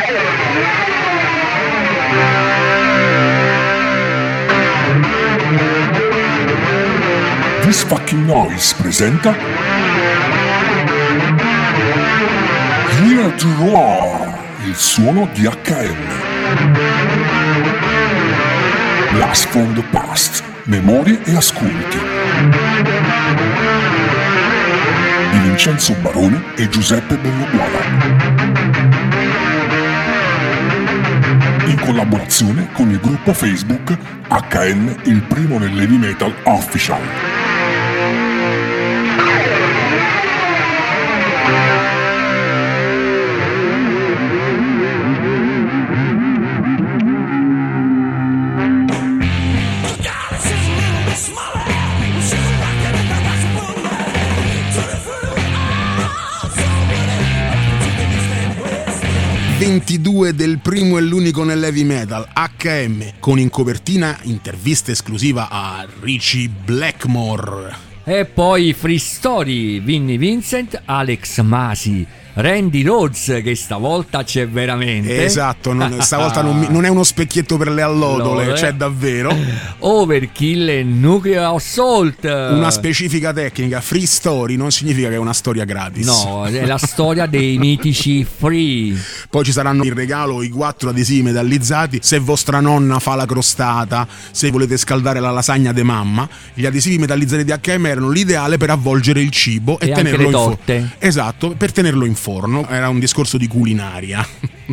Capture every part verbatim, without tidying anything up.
This Fucking Noise presenta Here to Roar, il suono di acca emme. Blast from the Past, memorie e ascolti. Di Vincenzo Baroni e Giuseppe Bellobuola. In collaborazione con il gruppo Facebook acca emme, il primo nell'heavy metal official. ventidue del primo e l'unico nell'heavy metal, acca emme, con in copertina intervista esclusiva a Richie Blackmore. E poi Free Story, Vinnie Vincent, Alex Masi, Randy Rhoads, che stavolta c'è veramente. Esatto, non, stavolta non, non è uno specchietto per le allodole, c'è davvero. Overkill e Nuclear Assault. Una specifica tecnica. Free Story non significa che è una storia gratis. No, è la storia dei mitici Free. Poi ci saranno in regalo i quattro adesivi metallizzati. Se vostra nonna fa la crostata, se volete scaldare la lasagna de mamma, gli adesivi metallizzati di acca emme erano l'ideale per avvolgere il cibo e, e tenerlo anche le in torte. forno. Esatto, per tenerlo in forno. Era un discorso di culinaria.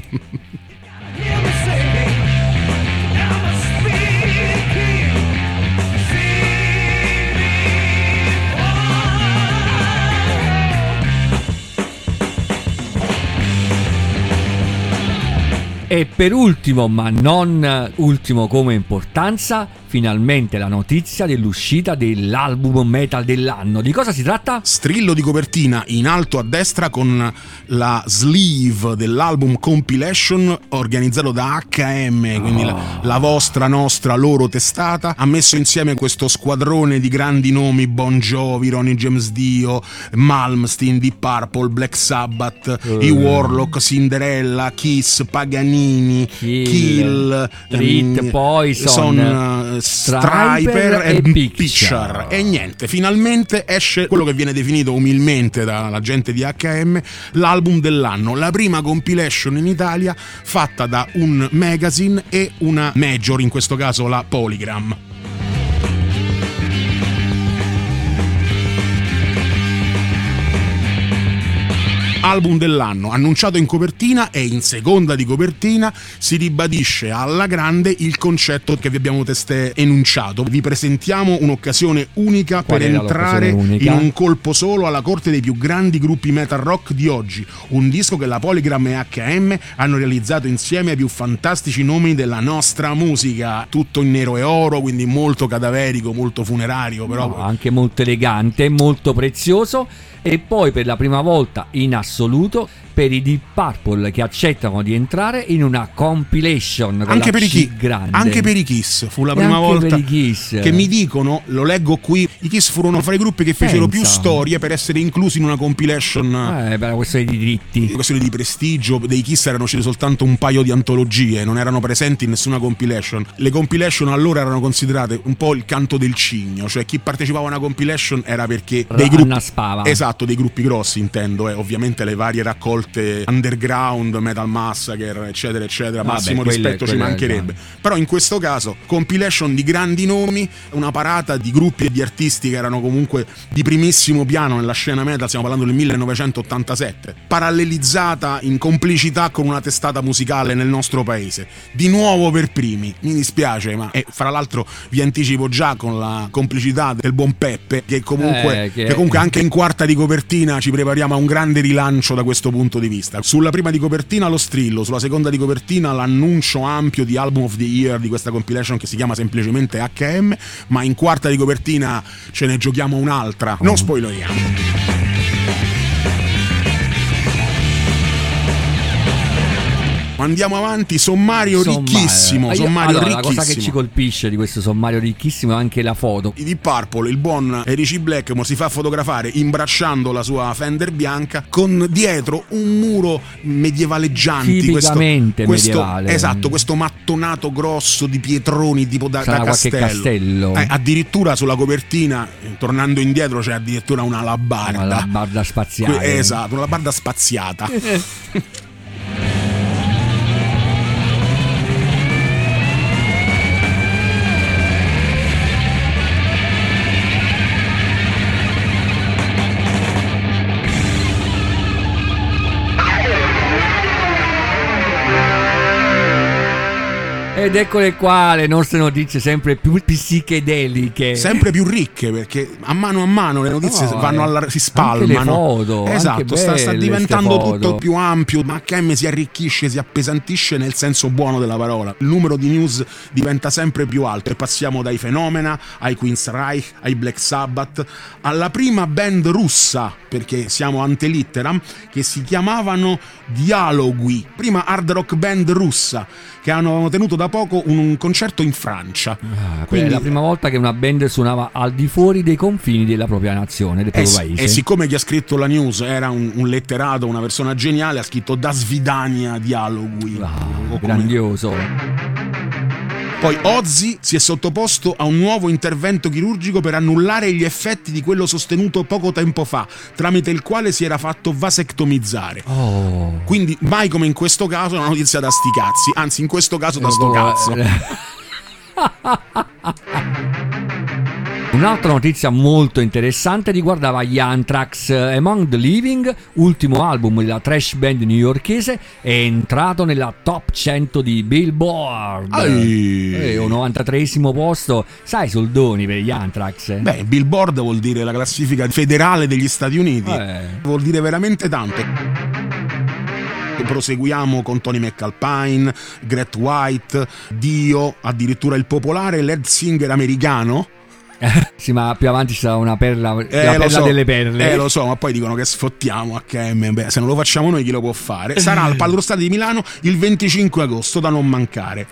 E per ultimo, ma non ultimo come importanza, finalmente la notizia dell'uscita dell'album metal dell'anno. Di cosa si tratta? Strillo di copertina in alto a destra con la sleeve dell'album compilation organizzato da acca emme, quindi oh. la, la vostra, nostra, loro testata. Ha messo insieme questo squadrone di grandi nomi: Bon Jovi, Ronnie James Dio, Malmsteen, Deep Purple, Black Sabbath, uh. i Warlock, Cinderella, Kiss, Paganini, Kill, Kill Street um, Poison, son, uh, Striper e Picture. Picture. E niente, finalmente esce quello che viene definito umilmente dalla gente di acca emme l'album dell'anno, la prima compilation in Italia fatta da un magazine e una major, in questo caso la Polygram. Album dell'anno, annunciato in copertina, e in seconda di copertina si ribadisce alla grande il concetto che vi abbiamo testé enunciato. Vi presentiamo un'occasione unica Qual per entrare unica? in un colpo solo alla corte dei più grandi gruppi metal rock di oggi, un disco che la Polygram e acca emme hanno realizzato insieme ai più fantastici nomi della nostra musica, tutto in nero e oro, quindi molto cadaverico, molto funerario, però no, anche molto elegante, molto prezioso. E poi per la prima volta in assoluto per i Deep Purple, che accettano di entrare in una compilation con anche la per, i chi- grande. anche per i Kiss fu la e prima anche volta per i Kiss. Che mi dicono, lo leggo qui, i Kiss furono fra i gruppi che fecero Pensa. più storie per essere inclusi in una compilation. Eh, per la questione di diritti, questione di prestigio. Dei Kiss erano uscite soltanto un paio di antologie, non erano presenti in nessuna compilation. Le compilation allora erano considerate un po' il canto del cigno, cioè chi partecipava a una compilation era perché dei gruppi, esatto, dei gruppi grossi intendo, eh, ovviamente le varie raccolte underground, Metal Massacre, eccetera eccetera. Vabbè, massimo quelle, rispetto quelle ci mancherebbe, però in questo caso compilation di grandi nomi, una parata di gruppi e di artisti che erano comunque di primissimo piano nella scena metal. Stiamo parlando del millenovecentottantasette, parallelizzata in complicità con una testata musicale nel nostro paese, di nuovo per primi. Mi dispiace, ma e fra l'altro vi anticipo già con la complicità del buon Peppe che comunque, eh, che... che comunque anche in quarta di copertina ci prepariamo a un grande rilancio da questo punto di vista. Sulla prima di copertina lo strillo, sulla seconda di copertina l'annuncio ampio di Album of the Year di questa compilation che si chiama semplicemente acca emme, ma in quarta di copertina ce ne giochiamo un'altra, non spoileriamo. Andiamo avanti, sommario Sommario. ricchissimo, Io- sommario allora, ricchissimo. la cosa che ci colpisce di questo sommario ricchissimo è anche la foto. I Deep Purple, il buon Richie Blackmore si fa fotografare imbracciando la sua Fender bianca con dietro un muro medievaleggianti, Tipicamente questo, medievale. questo, esatto, questo mattonato grosso di pietroni tipo da, Sarà da qualche castello, castello. Eh, addirittura sulla copertina, eh, tornando indietro, c'è addirittura una alabarda, La barda spaziale. Que- esatto, una alabarda spaziata. Ed eccole qua le nostre notizie sempre più psichedeliche. Sempre più ricche, perché a mano a mano le notizie No, vanno eh, alla, si anche le spalmano. foto, esatto, anche sta, sta belle diventando ste tutto foto. più ampio. Ma H M si arricchisce, si appesantisce nel senso buono della parola. Il numero di news diventa sempre più alto e passiamo dai Phenomena ai Queen's Reich, ai Black Sabbath, alla prima band russa, perché siamo ante litteram, che si chiamavano Dialogui, prima hard rock band russa, che hanno tenuto da poco un, un concerto in Francia. Ah, Quindi- è la prima volta che una band suonava al di fuori dei confini della propria nazione, del E, proprio paese. e siccome chi ha scritto la news era un, un letterato, una persona geniale, ha scritto Da Svidania Dialogui. Ah, O come- grandioso. Poi Ozzy si è sottoposto a un nuovo intervento chirurgico per annullare gli effetti di quello sostenuto poco tempo fa, tramite il quale si era fatto vasectomizzare. Oh. Quindi mai come in questo caso una notizia da sti cazzi, anzi in questo caso da sto Oh, cazzo. eh. Un'altra notizia molto interessante riguardava gli Anthrax. Among the Living, ultimo album della thrash band newyorkese, è entrato nella top cento di Billboard. Ai. E un novantatreesimo posto, sai, soldoni per gli Anthrax. Beh, Billboard vuol dire la classifica federale degli Stati Uniti. Eh. Vuol dire veramente tanto. Proseguiamo con Tony McAlpine, Gret White, Dio, addirittura il popolare lead singer americano. Sì, ma più avanti ci sarà una perla, Eh, la lo perla so, delle perle. Eh, lo so, ma poi dicono che sfottiamo H M. Beh, se non lo facciamo noi, chi lo può fare? Sarà al Palazzo Stato di Milano il venticinque agosto, da non mancare.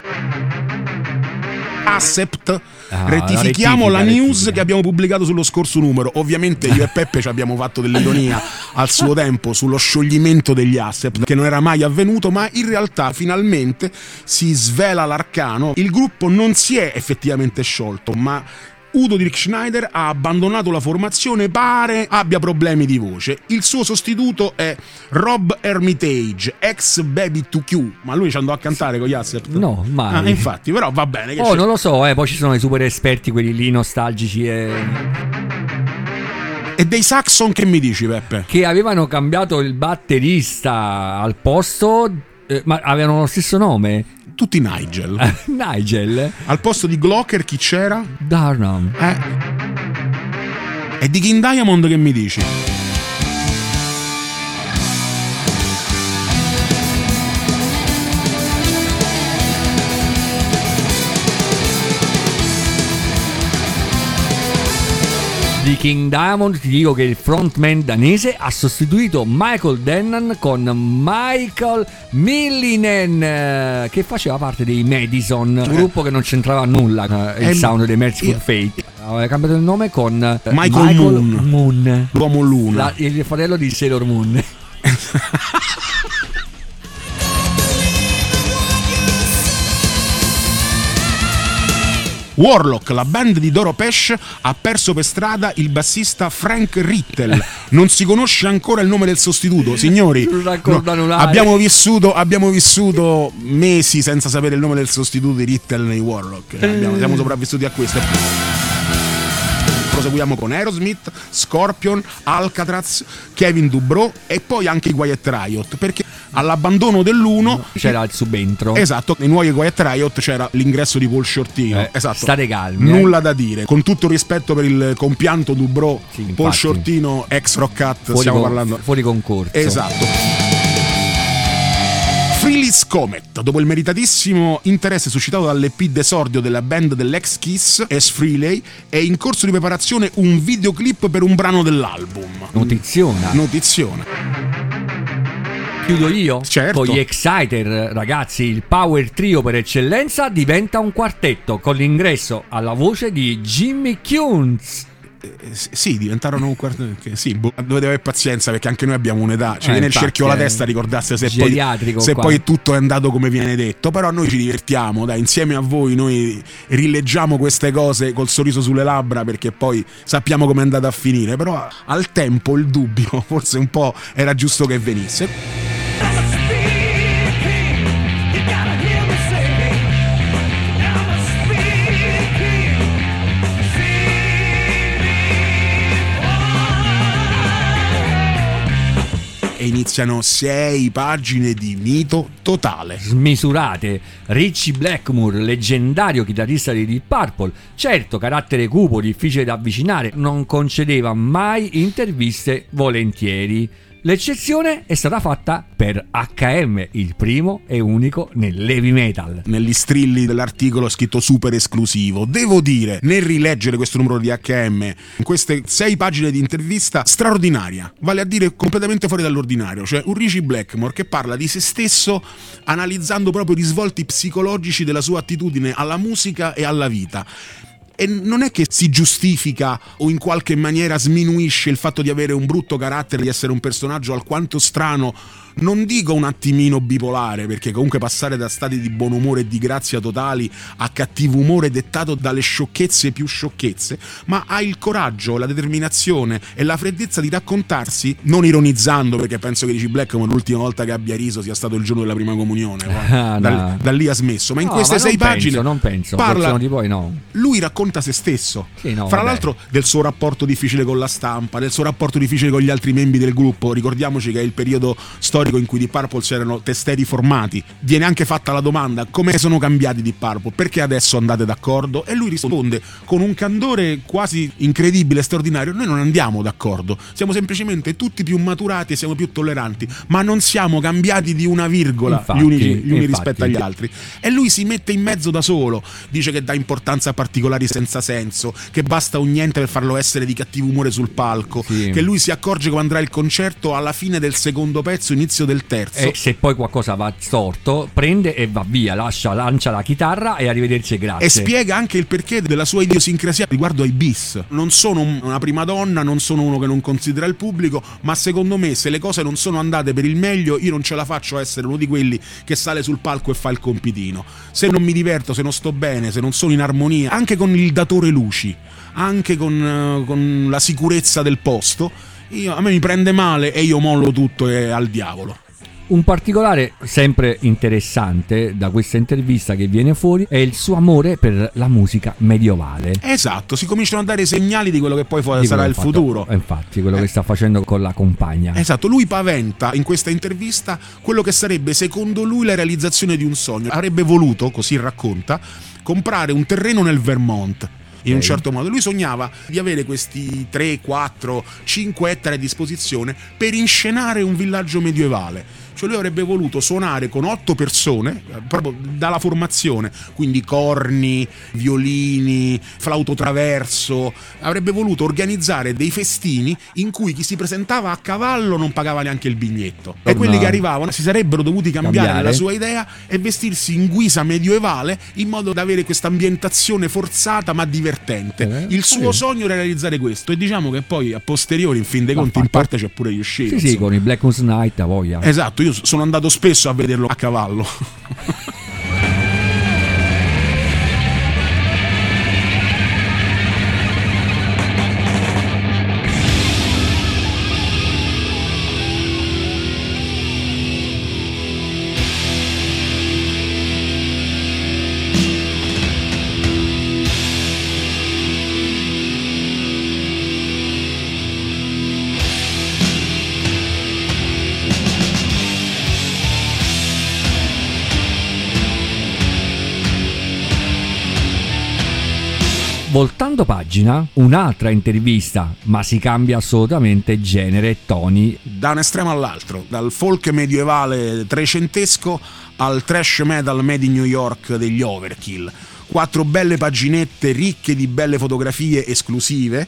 Accept, Ah, rettifichiamo la la, rettifica, news rettifica. che abbiamo pubblicato sullo scorso numero. Ovviamente io e Peppe ci abbiamo fatto dell'ironia al suo tempo sullo scioglimento degli Accept, che non era mai avvenuto, ma in realtà finalmente si svela l'arcano. Il gruppo non si è effettivamente sciolto, ma Udo Dirk Schneider ha abbandonato la formazione, pare abbia problemi di voce. Il suo sostituto è Rob Hermitage, ex Baby to Q, ma lui ci andò a cantare con gli Accept? No, mai. Ah, infatti, però va bene. Che Oh, c'è? non lo so, eh, poi ci sono i super esperti, quelli lì nostalgici, eh, E dei Saxon che mi dici, Peppe? che avevano cambiato il batterista al posto, eh, ma avevano lo stesso nome. Tutti Nigel. Nigel Al posto di Glocker chi c'era? Darnam. Eh. E di King Diamond che mi dici? Di King Diamond ti dico che il frontman danese ha sostituito Michael Dennan con Michael Millinen, eh, che faceva parte dei Madison, un gruppo che non c'entrava nulla eh, il Eh, sound dei Merciful io- Fate. Aveva cambiato il nome con eh, Michael Moon. Moon. L'uomo luna. La- il fratello di Sailor Moon. Warlock, la band di Doro Pesh, ha perso per strada il bassista Frank Rittel. Non si conosce ancora il nome del sostituto, signori. Un raccordo no, anulare. abbiamo vissuto, abbiamo vissuto mesi senza sapere il nome del sostituto di Rittel nei Warlock. Abbiamo- siamo sopravvissuti a questo. Proseguiamo con Aerosmith, Scorpion, Alcatraz, Kevin Dubrow e poi anche i Quiet Riot, perché all'abbandono dell'uno C'era il subentro. esatto, nei nuovi Quiet Riot c'era l'ingresso di Paul Shortino. Eh, esatto. state calmi, eh. Nulla da dire. Con tutto il rispetto per il compianto Dubrow, Sì, Paul infatti. Shortino, ex Rock Cut, fuori, stiamo con- parlando. fuori concorso. Esatto. Frehley's Comet, dopo il meritatissimo interesse suscitato dall'E P d'esordio della band dell'ex Kiss, S. Frehley, è in corso di preparazione un videoclip per un brano dell'album. Notiziona. Notiziona. Chiudo io? Certo. Con gli Exciter, ragazzi, il power trio per eccellenza diventa un quartetto con l'ingresso alla voce di Jimmy Kunz. Eh, sì, diventarono un quarto. Sì, boh, dovete avere pazienza perché anche noi abbiamo un'età. Ci Eh, viene il infatti, cerchio alla eh, testa a ricordarsi se, poi, geriatrico se qua. poi tutto è andato come viene detto. Però noi ci divertiamo, dai, insieme a voi noi rileggiamo queste cose col sorriso sulle labbra perché poi sappiamo come è andata a finire. Però al tempo il dubbio forse un po' era giusto che venisse. E iniziano sei pagine di mito totale. Smisurate. Richie Blackmore, leggendario chitarrista di Deep Purple, certo carattere cupo, difficile da avvicinare, non concedeva mai interviste volentieri. L'eccezione è stata fatta per H M, il primo e unico nell'heavy metal. Negli strilli dell'articolo scritto super esclusivo. Devo dire, nel rileggere questo numero di H M, in queste sei pagine di intervista straordinaria, vale a dire completamente fuori dall'ordinario, cioè un Richie Blackmore che parla di se stesso analizzando proprio i risvolti psicologici della sua attitudine alla musica e alla vita. E non è che si giustifica o in qualche maniera sminuisce il fatto di avere un brutto carattere, di essere un personaggio alquanto strano, non dico un attimino bipolare, perché comunque passare da stati di buon umore e di grazia totali a cattivo umore dettato dalle sciocchezze più sciocchezze, ma ha il coraggio, la determinazione e la freddezza di raccontarsi, non ironizzando, perché penso che Richie Blackmore l'ultima volta che abbia riso sia stato il giorno della prima comunione, Ah, da, no. da lì ha smesso, ma in No, queste ma sei non pagine penso, non penso, parla, di poi no. lui racconta se stesso, Sì, no, fra vabbè. l'altro del suo rapporto difficile con la stampa, del suo rapporto difficile con gli altri membri del gruppo. Ricordiamoci che è il periodo storico in cui Deep Purple c'erano testeri formati. Viene anche fatta la domanda: come sono cambiati Deep Purple? Perché adesso andate d'accordo? E lui risponde con un candore quasi incredibile, straordinario: noi non andiamo d'accordo, siamo semplicemente tutti più maturati e siamo più tolleranti, ma non siamo cambiati di una virgola Infatti, gli uni, gli uni infatti. rispetto agli altri. E lui si mette in mezzo da solo, dice che dà importanza a particolari senza senso, che basta un niente per farlo essere di cattivo umore sul palco, Sì. che lui si accorge come andrà il concerto alla fine del secondo pezzo, inizio del terzo. E se poi qualcosa va storto, prende e va via, lascia, lancia la chitarra e arrivederci e grazie. E spiega anche il perché della sua idiosincrasia riguardo ai bis. Non sono una prima donna, non sono uno che non considera il pubblico, ma secondo me se le cose non sono andate per il meglio, io non ce la faccio a essere uno di quelli che sale sul palco e fa il compitino. Se non mi diverto, se non sto bene, se non sono in armonia, anche con il datore luci, anche con, uh, con la sicurezza del posto, io, a me mi prende male e io mollo tutto e al diavolo. Un particolare sempre interessante da questa intervista che viene fuori è il suo amore per la musica medievale. Esatto, si cominciano a dare segnali di quello che poi Di sarà quello il che ha fatto- futuro. eh, Infatti, quello Eh. che sta facendo con la compagna. Esatto, lui paventa in questa intervista quello che sarebbe secondo lui la realizzazione di un sogno. Avrebbe voluto, così racconta, comprare un terreno nel Vermont. In un Ok. certo modo lui sognava di avere questi tre, quattro, cinque ettari a disposizione per inscenare un villaggio medievale. Cioè lui avrebbe voluto suonare con otto persone, eh, proprio dalla formazione, quindi corni, violini, flauto traverso. Avrebbe voluto organizzare dei festini in cui chi si presentava a cavallo non pagava neanche il biglietto. E quelli che arrivavano si sarebbero dovuti cambiare, Cambiare. la sua idea e vestirsi in guisa medievale in modo da avere questa ambientazione forzata ma divertente. Eh, Il suo sì. sogno era realizzare questo, e diciamo che poi a posteriori, in fin dei L'ha conti, in fatto. parte c'è pure riuscito. Sì, sì, insomma. con i Black Moon Night a voglia. Esatto, io sono andato spesso a vederlo a cavallo. Voltando pagina, un'altra intervista, ma si cambia assolutamente genere e toni. Da un estremo all'altro, dal folk medievale trecentesco al thrash metal made in New York degli Overkill. Quattro belle paginette ricche di belle fotografie esclusive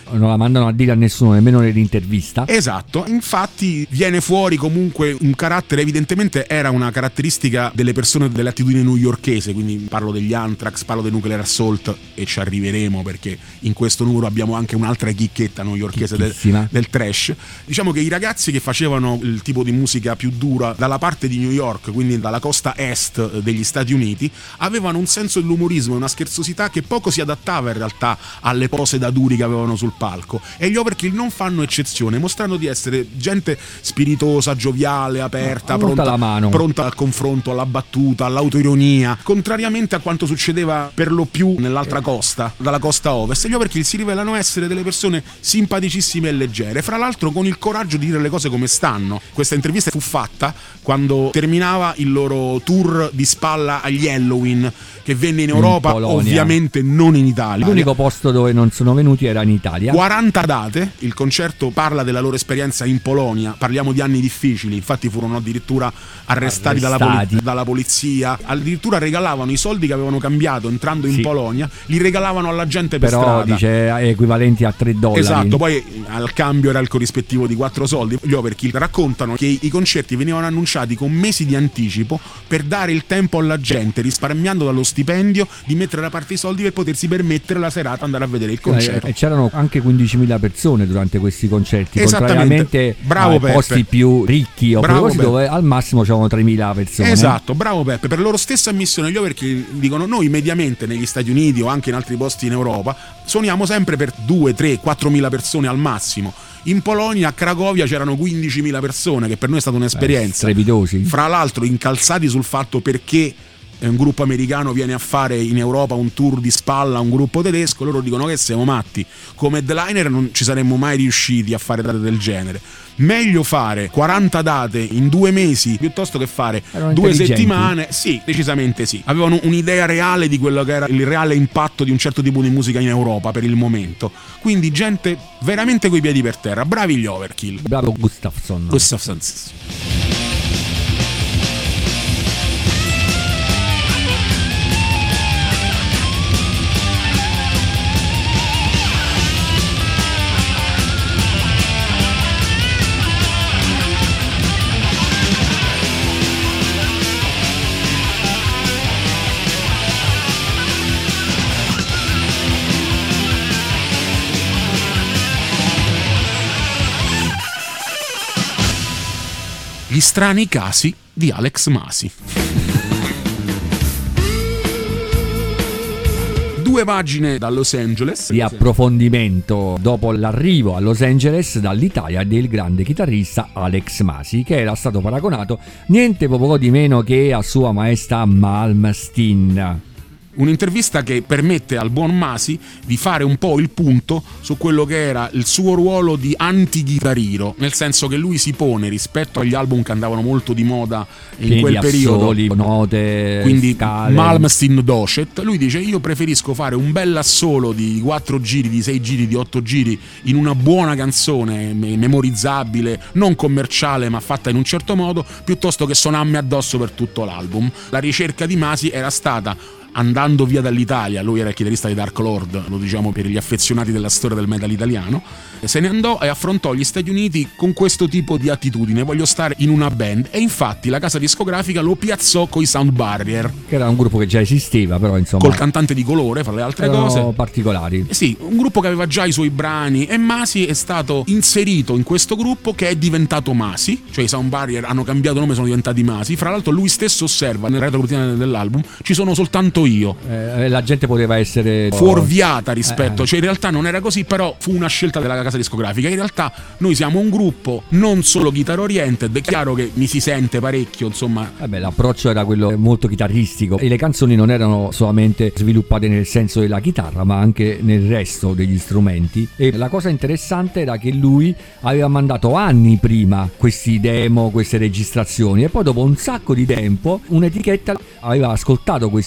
non la mandano a dire a nessuno, nemmeno nell'intervista. Esatto, infatti viene fuori comunque un carattere, evidentemente era una caratteristica delle persone dell'attitudine newyorkese, quindi parlo degli Anthrax, parlo dei Nuclear Assault e ci arriveremo perché in questo numero abbiamo anche un'altra chicchetta newyorkese del, del trash. Diciamo che i ragazzi che facevano il tipo di musica più dura dalla parte di New York, quindi dalla costa est degli Stati Uniti, avevano un senso dell'umorismo e una scherzosità che poco si adattava in realtà alle pose da duri che avevano sul palco, e gli Overkill non fanno eccezione, mostrando di essere gente spiritosa, gioviale, aperta, no, pronta, la mano. pronta al confronto, alla battuta, all'autoironia, contrariamente a quanto succedeva per lo più nell'altra costa, dalla costa ovest. Gli Overkill si rivelano essere delle persone simpaticissime e leggere, fra l'altro con il coraggio di dire le cose come stanno. Questa intervista fu fatta quando terminava il loro tour di spalla agli Halloween, che venne in Europa, in ovviamente non in Italia. L'unico posto dove non sono venuti era in Italia. quaranta date, il concerto parla della loro esperienza in Polonia, parliamo di anni difficili, infatti furono addirittura arrestati, arrestati. Dalla, poli- dalla polizia, addirittura regalavano i soldi che avevano cambiato entrando in sì. Polonia, li regalavano alla gente per Però, strada. Però dice equivalenti a tre dollari. Esatto, poi al cambio era il corrispettivo di quattro soldi. Gli Overkill raccontano che i concerti venivano annunciati con mesi di anticipo per dare il tempo alla gente, risparmiando dallo stipendio, di mettere da parte i soldi per potersi permettere la serata andare a vedere il concerto. E c'erano anche quindicimila persone durante questi concerti, contrariamente bravo ai posti più ricchi o così, dove al massimo c'erano tremila persone. Esatto, bravo Peppe. Per loro stessa ammissione gli Overkill dicono: noi mediamente negli Stati Uniti o anche in altri posti in Europa suoniamo sempre per due, tre, quattromila persone al massimo. In Polonia, a Cracovia, c'erano quindicimila persone, che per noi è stata un'esperienza. Strepitosi. Fra l'altro incalzati sul fatto perché un gruppo americano viene a fare in Europa un tour di spalla a un gruppo tedesco, loro dicono che siamo matti, come headliner non ci saremmo mai riusciti a fare date del genere. Meglio fare quaranta date in due mesi piuttosto che fare Erano due settimane. Sì, decisamente sì. Avevano un'idea reale di quello che era il reale impatto di un certo tipo di musica in Europa per il momento. Quindi gente veramente coi piedi per terra. Bravi gli Overkill. Bravo Gustafsson. Gustafsson. Gli strani casi di Alex Masi. Due pagine da Los Angeles di approfondimento dopo l'arrivo a Los Angeles dall'Italia del grande chitarrista Alex Masi, che era stato paragonato niente poco di meno che a Sua Maestà Malmsteen. Un'intervista che permette al buon Masi di fare un po' il punto su quello che era il suo ruolo di anti-chitarriro, nel senso che lui si pone rispetto agli album che andavano molto di moda in Pieni quel periodo, assoli, note, quindi scale. Malmsteen Docet. Lui dice: io preferisco fare un bel assolo di quattro giri, di sei giri, di otto giri in una buona canzone memorizzabile, non commerciale ma fatta in un certo modo, piuttosto che suonarmi addosso per tutto l'album. La ricerca di Masi era stata, andando via dall'Italia, lui era il chitarrista di Dark Lord, lo diciamo per gli affezionati della storia del metal italiano, se ne andò e affrontò gli Stati Uniti con questo tipo di attitudine: voglio stare in una band. E infatti la casa discografica lo piazzò coi Sound Barrier, che era un gruppo che già esisteva, però insomma col cantante di colore, fra le altre cose particolari. Sì, un gruppo che aveva già i suoi brani, e Masi è stato inserito in questo gruppo che è diventato Masi, cioè i Sound Barrier hanno cambiato nome, sono diventati Masi. Fra l'altro lui stesso osserva nel retrocotina dell'album: ci sono soltanto io. Eh, la gente poteva essere fuorviata rispetto, eh. cioè in realtà non era così, però fu una scelta della casa discografica. In realtà noi siamo un gruppo non solo guitar oriented, è chiaro che mi si sente parecchio, insomma. Vabbè, l'approccio era quello molto chitarristico e le canzoni non erano solamente sviluppate nel senso della chitarra, ma anche nel resto degli strumenti. E la cosa interessante era che lui aveva mandato anni prima questi demo, queste registrazioni, e poi dopo un sacco di tempo un'etichetta aveva ascoltato queste registrazioni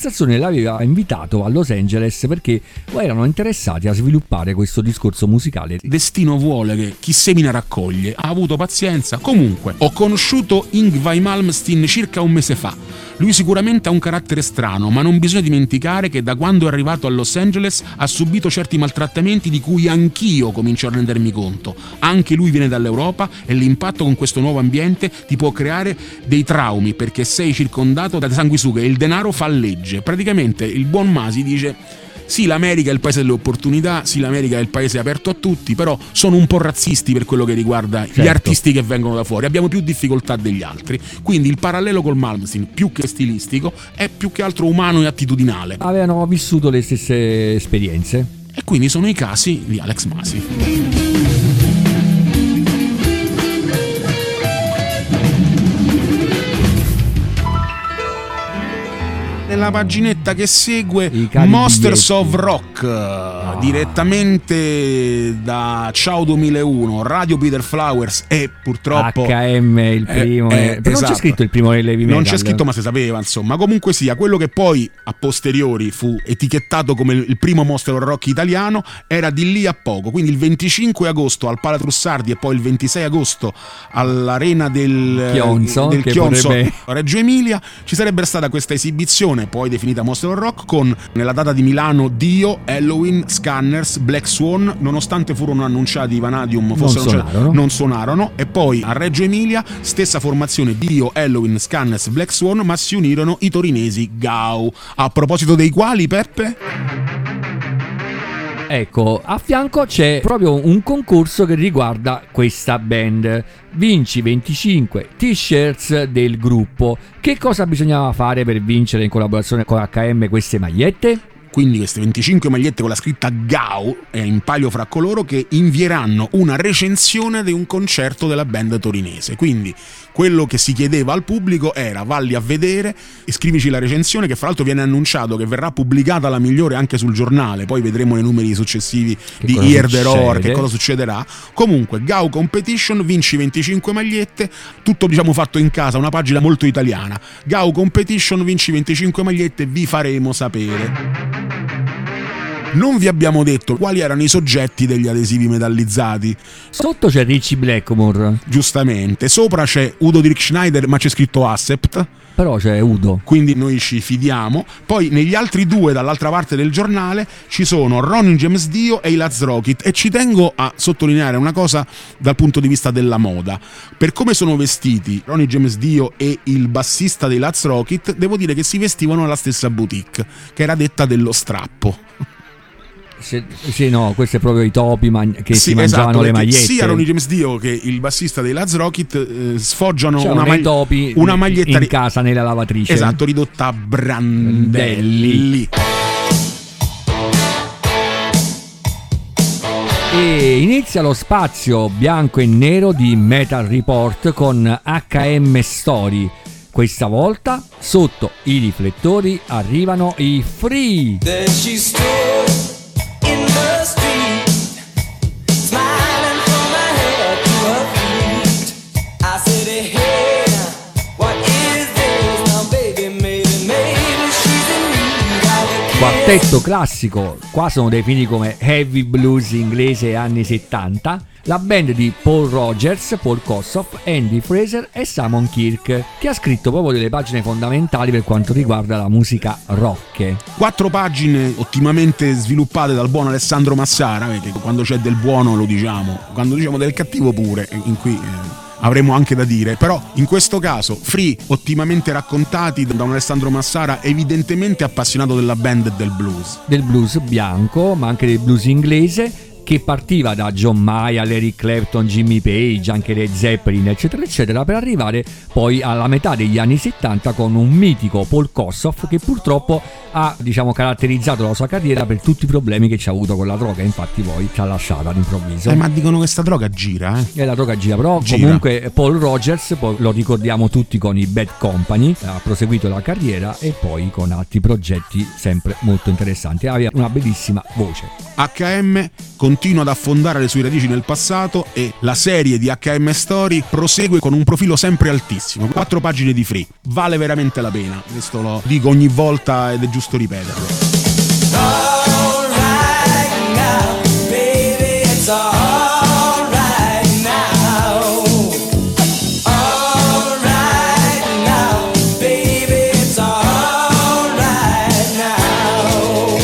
l'amministrazione l'aveva invitato a Los Angeles perché erano interessati a sviluppare questo discorso musicale. Destino vuole che chi semina raccoglie, ha avuto pazienza. Comunque, ho conosciuto Yngwie Malmsteen circa un mese fa. Lui sicuramente ha un carattere strano, ma non bisogna dimenticare che da quando è arrivato a Los Angeles ha subito certi maltrattamenti di cui anch'io comincio a rendermi conto. Anche lui viene dall'Europa e l'impatto con questo nuovo ambiente ti può creare dei traumi perché sei circondato da sanguisughe e il denaro fa legge. Praticamente il buon Masi dice: sì, l'America è il paese delle opportunità, sì, l'America è il paese aperto a tutti, però sono un po' razzisti per quello che riguarda certo. gli artisti che vengono da fuori, abbiamo più difficoltà degli altri, quindi il parallelo col Malmsteen, più che stilistico, è più che altro umano e attitudinale. Avevano vissuto le stesse esperienze. E quindi sono i casi di Alex Masi. Nella paginetta che segue Monsters of Rock, ah. direttamente da Ciao duemilauno, Radio Peter Flowers e purtroppo H M il primo, eh, eh, però esatto. non c'è scritto il primo nelle heavy metal. Non c'è scritto, ma si sapeva, insomma. Comunque sia, quello che poi a posteriori fu etichettato come il primo Monster of Rock italiano era di lì a poco, quindi il venticinque agosto al Pala Trussardi e poi il ventisei agosto all'arena del Chionzo, del che Chionzo potrebbe... Reggio Emilia ci sarebbe stata questa esibizione, poi definita Monster of Rock, con nella data di Milano Dio, Halloween, Scanners, Black Swan. Nonostante furono annunciati i Vanadium, fossero non suonarono. non suonarono. E poi a Reggio Emilia stessa formazione, Dio, Halloween, Scanners, Black Swan, ma si unirono i torinesi Gau. A proposito dei quali, Peppe? Ecco, a fianco c'è proprio un concorso che riguarda questa band. Vinci venticinque t-shirts del gruppo. Che cosa bisognava fare per vincere in collaborazione con H M queste magliette? Quindi queste venticinque magliette con la scritta Gau è in palio fra coloro che invieranno una recensione di un concerto della band torinese. Quindi quello che si chiedeva al pubblico era: valli a vedere e scrivici la recensione, che fra l'altro viene annunciato che verrà pubblicata la migliore anche sul giornale, poi vedremo nei numeri successivi che di Hear the Roar che cosa succederà. Comunque Gau Competition, vinci venticinque magliette, tutto diciamo fatto in casa, una pagina molto italiana. Gau Competition, vinci venticinque magliette, vi faremo sapere. Non vi abbiamo detto quali erano i soggetti degli adesivi metallizzati. Sotto c'è Richie Blackmore. Giustamente. Sopra c'è Udo Dirk Schneider, ma c'è scritto Accept. Però c'è Udo. Quindi noi ci fidiamo. Poi negli altri due dall'altra parte del giornale ci sono Ronnie James Dio e i Laz Rocket. E ci tengo a sottolineare una cosa dal punto di vista della moda. Per come sono vestiti Ronnie James Dio e il bassista dei Laz Rocket, devo dire che si vestivano alla stessa boutique, che era detta dello strappo. Sì, sì, no, questi è proprio i topi man- che sì, si mangiavano esatto, le magliette. Sia Ronnie James Dio che il bassista dei Laz Rocket eh, sfoggiano cioè, una, mag- topi una maglietta in ri- casa nella lavatrice. Esatto, ridotta a brandelli. E inizia lo spazio bianco e nero di Metal Report con H M Story. Questa volta sotto i riflettori arrivano i Free. Then she stood in the street, smiling from her head to her feet. I said, hey, what is this? Now baby, maybe, maybe she's in need. Quartetto classico, qua sono definiti come heavy blues inglese anni settanta. La band di Paul Rogers, Paul Kossoff, Andy Fraser e Simon Kirk, che ha scritto proprio delle pagine fondamentali per quanto riguarda la musica rock. Quattro pagine ottimamente sviluppate dal buon Alessandro Massara, perché quando c'è del buono lo diciamo, quando diciamo del cattivo pure, in cui eh, avremo anche da dire. Però in questo caso Free, ottimamente raccontati da un Alessandro Massara evidentemente appassionato della band e del blues. Del blues bianco, ma anche del blues inglese, che partiva da John Mayer, Eric Clapton, Jimmy Page, anche Led Zeppelin, eccetera, eccetera, per arrivare poi alla metà degli anni settanta con un mitico Paul Kossoff che purtroppo ha, diciamo, caratterizzato la sua carriera per tutti i problemi che ci ha avuto con la droga, infatti poi ci ha lasciata all'improvviso. Eh, ma dicono che sta droga gira, eh? E la droga gira, però gira. Comunque Paul Rogers, poi lo ricordiamo tutti con i Bad Company, ha proseguito la carriera e poi con altri progetti sempre molto interessanti, aveva una bellissima voce. H M continua continua ad affondare le sue radici nel passato e la serie di H M Story prosegue con un profilo sempre altissimo. Quattro pagine di free, vale veramente la pena, questo lo dico ogni volta ed è giusto ripeterlo. All right now, baby, it's all right now. All right now, baby, it's all right now.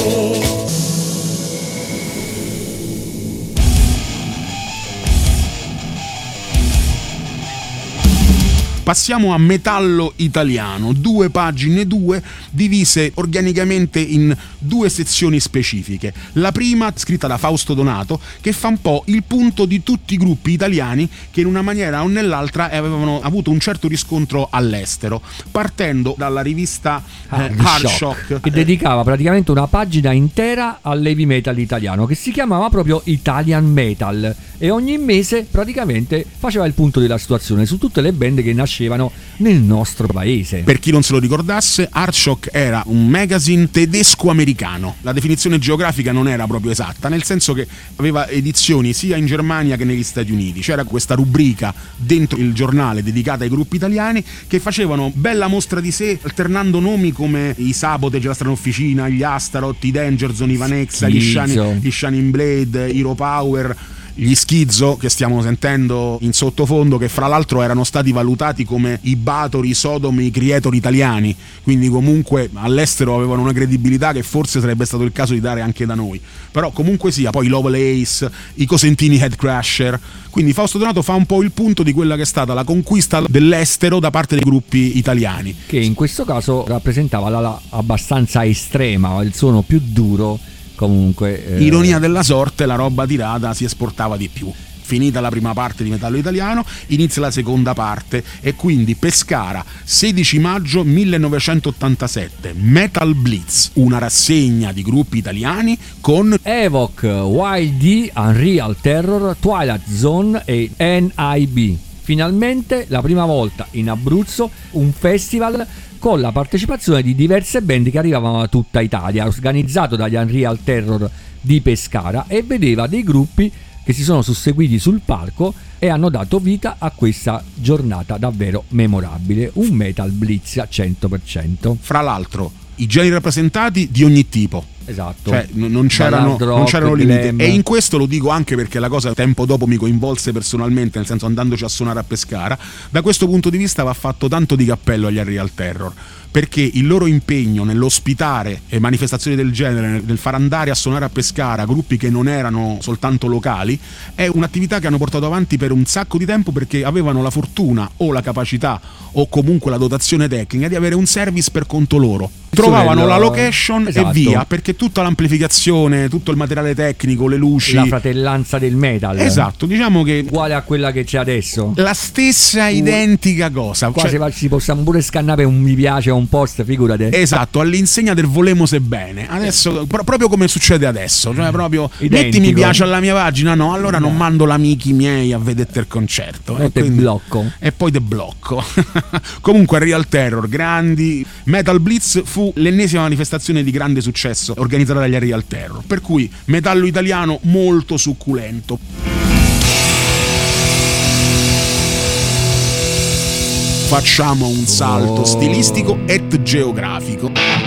Passiamo a Metallo Italiano, due pagine due, divise organicamente in due sezioni specifiche. La prima, scritta da Fausto Donato, che fa un po' il punto di tutti i gruppi italiani che in una maniera o nell'altra avevano avuto un certo riscontro all'estero, partendo dalla rivista eh, Hard Hard Shock, Shock, che eh, dedicava praticamente una pagina intera all'heavy metal italiano, che si chiamava proprio Italian Metal, e ogni mese praticamente faceva il punto della situazione su tutte le band che nascevano nel nostro paese. Per chi non se lo ricordasse, Hard Shock era un magazine tedesco-americano. La definizione geografica non era proprio esatta, nel senso che aveva edizioni sia in Germania che negli Stati Uniti. C'era questa rubrica dentro il giornale dedicata ai gruppi italiani che facevano bella mostra di sé, alternando nomi come i Sabotage, la Strana Officina, gli Astaroth, i Danger Zone, i Vanexa, gli Shining, gli Shining Blade, Hero Power, gli Schizzo, che stiamo sentendo in sottofondo, che fra l'altro erano stati valutati come i Batori, i Sodom, i Creator italiani, quindi comunque all'estero avevano una credibilità che forse sarebbe stato il caso di dare anche da noi. Però comunque sia, poi i Lovelace, i Cosentini Headcrasher. Quindi Fausto Donato fa un po' il punto di quella che è stata la conquista dell'estero da parte dei gruppi italiani, che in questo caso rappresentava la, la abbastanza estrema, il suono più duro. Comunque eh... ironia della sorte, la roba tirata si esportava di più. Finita la prima parte di Metallo Italiano, inizia la seconda parte e quindi Pescara, sedici maggio millenovecentottantasette, Metal Blitz, una rassegna di gruppi italiani con Evoc, Y D, Unreal Terror, Twilight Zone e N I B. Finalmente la prima volta in Abruzzo un festival con la partecipazione di diverse band che arrivavano da tutta Italia, organizzato dagli Unreal Terror di Pescara, e vedeva dei gruppi che si sono susseguiti sul palco e hanno dato vita a questa giornata davvero memorabile, un Metal Blitz al cento per cento. Fra l'altro i generi rappresentati di ogni tipo. Esatto. Cioè n- non c'erano, Ballad rock, non c'erano limiti. glam. E in questo lo dico anche perché la cosa tempo dopo mi coinvolse personalmente, nel senso andandoci a suonare a Pescara. Da questo punto di vista va fatto tanto di cappello agli Unreal Terror, perché il loro impegno nell'ospitare manifestazioni del genere, nel far andare a suonare a Pescara gruppi che non erano soltanto locali, è un'attività che hanno portato avanti per un sacco di tempo, perché avevano la fortuna o la capacità o comunque la dotazione tecnica di avere un service per conto loro. Trovavano Quello- la location, esatto. e via, perché tutta l'amplificazione, tutto il materiale tecnico, le luci, La fratellanza del metal. esatto, diciamo che Uguale a quella che c'è adesso. la stessa identica cosa. Qua Cioè, si, va- si possono pure scannare un mi piace o un post, figurate. esatto, all'insegna del volemo se bene. Adesso, pro- proprio come succede adesso, cioè proprio Identico. metti mi piace alla mia pagina, no, allora non mando l'amici miei a vederti il concerto. E E te quindi- blocco. E poi te blocco. Comunque Real Terror, grandi. Metal Blitz fu l'ennesima manifestazione di grande successo organizzata dagli Real Terror, per cui metallo italiano molto succulento. Facciamo un salto Oh. stilistico et geografico.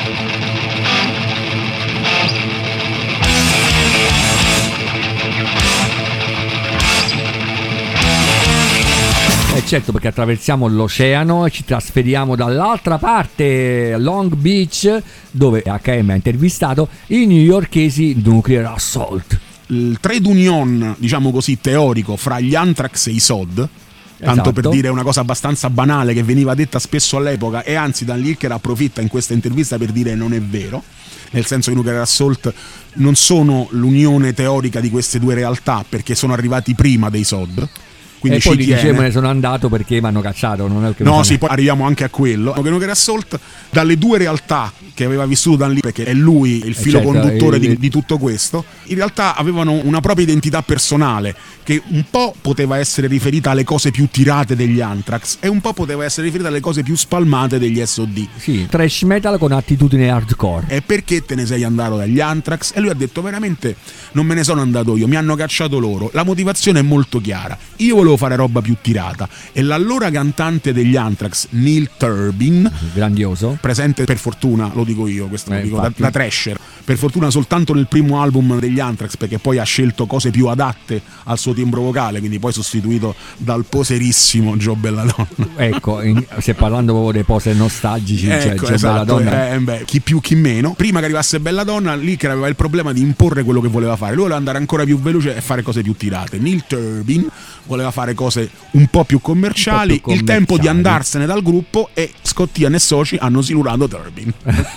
Eh certo, perché attraversiamo l'oceano e ci trasferiamo dall'altra parte, Long Beach, dove H M ha intervistato i newyorkesi Nuclear Assault. Il trade union, diciamo così, teorico fra gli Anthrax e i S O D, tanto Esatto. per dire una cosa abbastanza banale che veniva detta spesso all'epoca, e anzi Dan Lilker approfitta in questa intervista per dire non è vero, nel senso che i Nuclear Assault non sono l'unione teorica di queste due realtà, perché sono arrivati prima dei S O D. quindi e poi ci ti tiene. dice me ne sono andato perché mi hanno cacciato, non è che No, mi sì, fanno- poi arriviamo anche a quello. Che Assault, dalle due realtà che aveva vissuto Dan Lee, perché è lui il filo certo, conduttore il- di, di tutto questo, in realtà avevano una propria identità personale che un po' poteva essere riferita alle cose più tirate degli Anthrax e un po' poteva essere riferita alle cose più spalmate degli S O D. Sì, trash metal con attitudine hardcore. E perché te ne sei andato dagli Anthrax? E lui ha detto veramente non me ne sono andato io, mi hanno cacciato loro. La motivazione è molto chiara, io volevo fare roba più tirata e l'allora cantante degli Anthrax, Neil Turbin, Grandioso. presente per fortuna, lo dico io, questo lo Eh, dico da, infatti. da Thrasher, per fortuna soltanto nel primo album degli Anthrax, perché poi ha scelto cose più adatte al suo timbro vocale, quindi poi sostituito dal poserissimo Joe Belladonna. Ecco, in- se parlando proprio dei poser nostalgici, cioè Ecco, Joe esatto, Belladonna. eh, beh, chi più chi meno. Prima che arrivasse Belladonna, lì che aveva il problema di imporre quello che voleva fare. Lui voleva andare ancora più veloce e fare cose più tirate. Neil Turbin voleva fare cose un po' più commerciali. Un po' più Il tempo di commerciali. andarsene dal gruppo e Scott Ian e soci hanno silurato Turbin.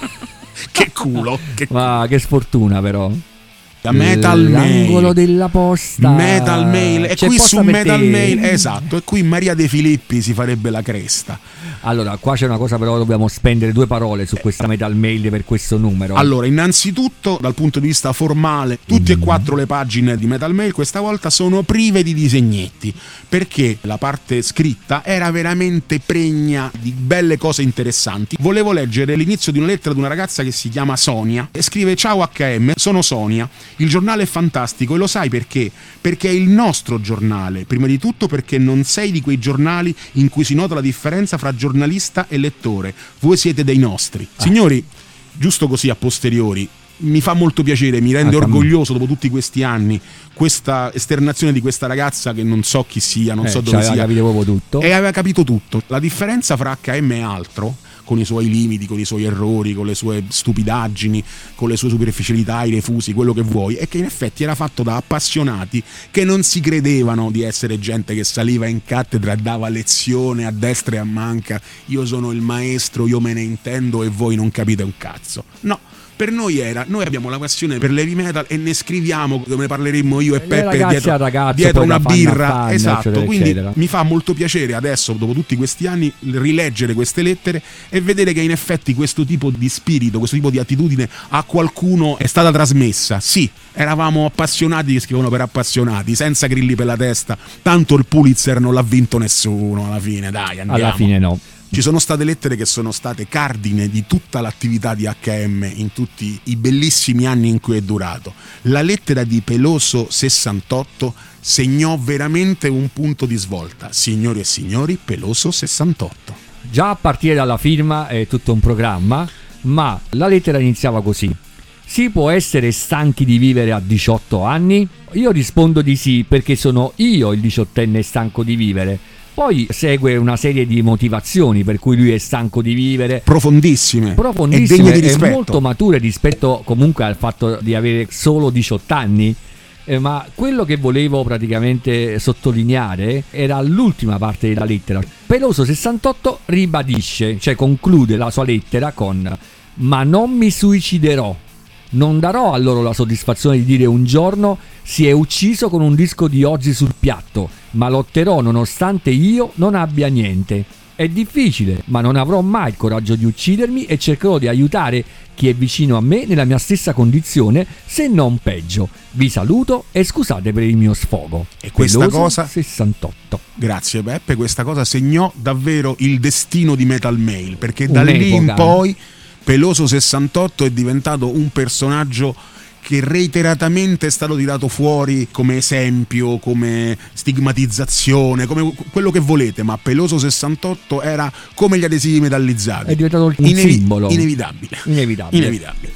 Che culo, che culo. Ma che sfortuna però. Da Metal L'angolo Mail. della posta. Metal Mail. E C'è qui posta su per Metal te. Mail, esatto, e qui Maria De Filippi si farebbe la cresta. Allora, qua c'è una cosa però, dobbiamo spendere due parole su questa Metal Mail per questo numero. Allora, innanzitutto, dal punto di vista formale, tutte e quattro le pagine di Metal Mail questa volta sono prive di disegnetti, perché la parte scritta era veramente pregna di belle cose interessanti. Volevo leggere l'inizio di una lettera di una ragazza che si chiama Sonia e scrive: ciao H M, sono Sonia, il giornale è fantastico e lo sai perché? Perché è il nostro giornale, prima di tutto perché non sei di quei giornali in cui si nota la differenza fra giornalista e lettore, voi siete dei nostri. Signori, giusto così a posteriori, mi fa molto piacere, mi rende Ah, tam- orgoglioso dopo tutti questi anni questa esternazione di questa ragazza che non so chi sia, non Eh, so ci dove aveva sia, capito proprio tutto. e aveva capito tutto. La differenza fra H M e altro, con i suoi limiti, con i suoi errori, con le sue stupidaggini, con le sue superficialità, i refusi, quello che vuoi, è che in effetti era fatto da appassionati che non si credevano di essere gente che saliva in cattedra e dava lezione a destra e a manca, io sono il maestro, io me ne intendo e voi non capite un cazzo. No, per noi era, noi abbiamo la passione per l'heavy metal e ne scriviamo come parleremmo io e Le Peppe ragazze dietro, al ragazzo, dietro poi una da fan a birra, fan, esatto, eccetera, quindi eccetera. mi fa molto piacere adesso, dopo tutti questi anni, rileggere queste lettere e vedere che in effetti questo tipo di spirito, questo tipo di attitudine a qualcuno è stata trasmessa. Sì, eravamo appassionati che scrivono per appassionati, senza grilli per la testa, tanto il Pulitzer non l'ha vinto nessuno alla fine, dai, andiamo. Alla fine no. Ci sono state lettere che sono state cardine di tutta l'attività di H M in tutti i bellissimi anni in cui è durato. La lettera di Peloso sessantotto segnò veramente un punto di svolta. Signori e signori, Peloso sessantotto. Già a partire dalla firma è tutto un programma, ma la lettera iniziava così: si può essere stanchi di vivere a diciotto anni? Io rispondo di sì, perché sono io il diciottenne stanco di vivere. Poi segue una serie di motivazioni per cui lui è stanco di vivere, Profondissime, e profondissime degne di e rispetto. molto mature rispetto comunque al fatto di avere solo diciotto anni. Eh, ma quello che volevo praticamente sottolineare era l'ultima parte della lettera. Peloso sessantotto ribadisce, cioè conclude la sua lettera con: ma non mi suiciderò. Non darò a loro la soddisfazione di dire un giorno si è ucciso con un disco di Ozzy sul piatto, ma lotterò nonostante io non abbia niente. È difficile, ma non avrò mai il coraggio di uccidermi e cercherò di aiutare chi è vicino a me nella mia stessa condizione, se non peggio. Vi saluto e scusate per il mio sfogo. E questa Peloso cosa- sessantotto. Grazie Peppe, questa cosa segnò davvero il destino di Metal Mail, perché da lì in Un'epoca. poi Peloso sessantotto è diventato un personaggio che reiteratamente è stato tirato fuori come esempio, come stigmatizzazione, come quello che volete, ma Peloso sessantotto era come gli adesivi metallizzati. È diventato un Inevi- simbolo. Inevitabile. Inevitabile. Inevitabile.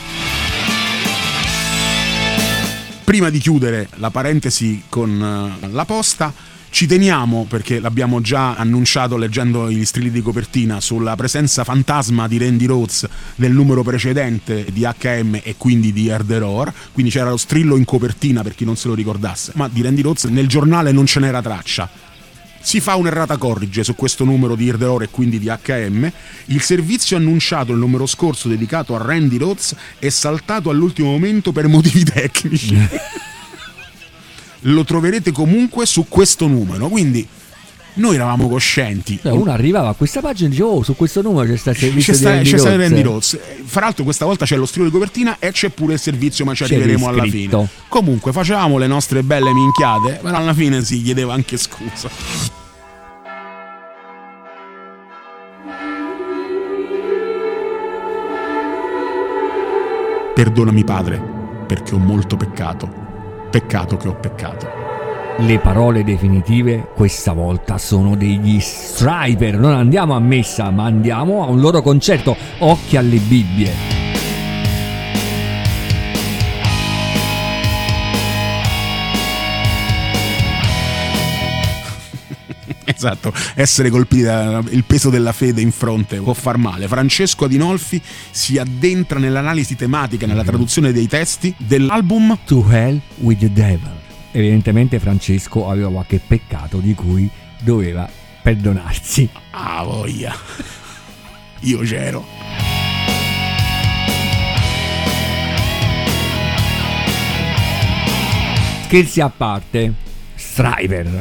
Prima di chiudere la parentesi con eh, la posta, ci teniamo, perché l'abbiamo già annunciato leggendo gli strilli di copertina, sulla presenza fantasma di Randy Rhoads nel numero precedente di H M e quindi di Heard the Roar, quindi c'era lo strillo in copertina per chi non se lo ricordasse, ma di Randy Rhoads nel giornale non ce n'era traccia. Si fa un'errata corrige su questo numero di Heard the Roar e quindi di H M. Il servizio annunciato il numero scorso dedicato a Randy Rhoads è saltato all'ultimo momento per motivi tecnici. lo troverete comunque su questo numero, quindi noi eravamo coscienti. Cioè, uno arrivava a questa pagina e diceva: oh, su questo numero c'è sta il servizio c'è sta, di c'è sta Randy Randy Rhoads. Rhoads. Fra l'altro questa volta c'è lo stile di copertina e c'è pure il servizio, ma ci C'è arriveremo alla l'iscritto. fine. Comunque facevamo le nostre belle minchiate, però alla fine si chiedeva anche scusa. Perdonami padre, perché ho molto peccato, peccato che ho peccato. Le parole definitive questa volta sono degli Stryper. Non andiamo a messa, ma andiamo a un loro concerto. Occhi alle Bibbie. Esatto, essere colpiti dal peso della fede in fronte può far male. Francesco Adinolfi si addentra nell'analisi tematica, nella traduzione dei testi dell'album To Hell with the Devil. Evidentemente Francesco aveva qualche peccato di cui doveva perdonarsi. Ah, voglia. Io c'ero. Scherzi a parte, Stryper.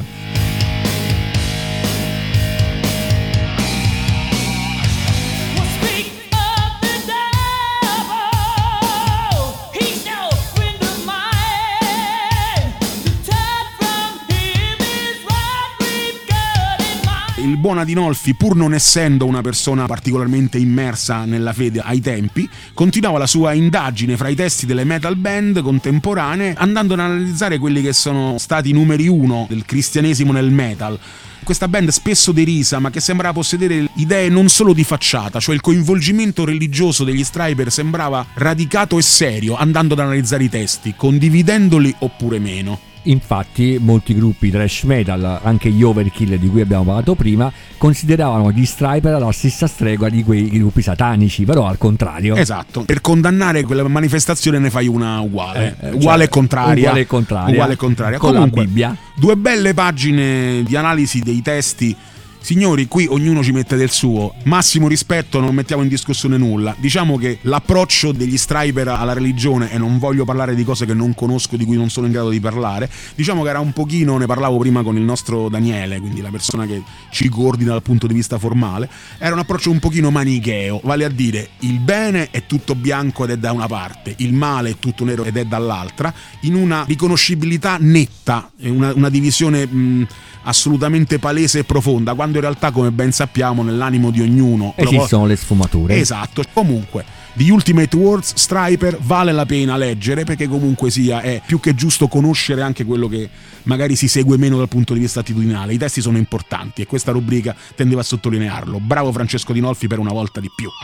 Il buon Adinolfi, pur non essendo una persona particolarmente immersa nella fede ai tempi, continuava la sua indagine fra i testi delle metal band contemporanee, andando ad analizzare quelli che sono stati i numeri uno del cristianesimo nel metal. Questa band spesso derisa, ma che sembrava possedere idee non solo di facciata, cioè il coinvolgimento religioso degli Stryper sembrava radicato e serio, andando ad analizzare i testi, condividendoli oppure meno. Infatti molti gruppi thrash metal, anche gli Overkill di cui abbiamo parlato prima, consideravano gli Stryper alla stessa stregua di quei gruppi satanici, però al contrario. Esatto, per condannare quella manifestazione ne fai una uguale, Eh, uguale cioè, e contraria. uguale e contraria. Uguale e contraria. Con Comunque, la Bibbia. Due belle pagine di analisi dei testi. Signori, qui ognuno ci mette del suo, massimo rispetto, non mettiamo in discussione nulla. Diciamo che l'approccio degli Stryper alla religione, e non voglio parlare di cose che non conosco, di cui non sono in grado di parlare, diciamo che era un pochino, ne parlavo prima con il nostro Daniele, quindi la persona che ci coordina dal punto di vista formale, era un approccio un pochino manicheo, vale a dire il bene è tutto bianco ed è da una parte, il male è tutto nero ed è dall'altra, in una riconoscibilità netta, una, una divisione mh, assolutamente palese e profonda, quando in realtà, come ben sappiamo, nell'animo di ognuno esistono le sfumature. Esatto. Comunque, The Ultimate Words, Stryper, vale la pena leggere, perché comunque sia è più che giusto conoscere anche quello che magari si segue meno dal punto di vista attitudinale. I testi sono importanti e questa rubrica tendeva a sottolinearlo. Bravo Francesco Adinolfi per una volta di più.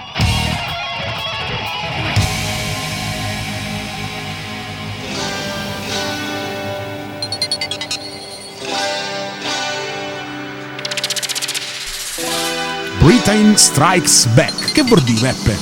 Britain Strikes Back. Che vuol dire, Beppe?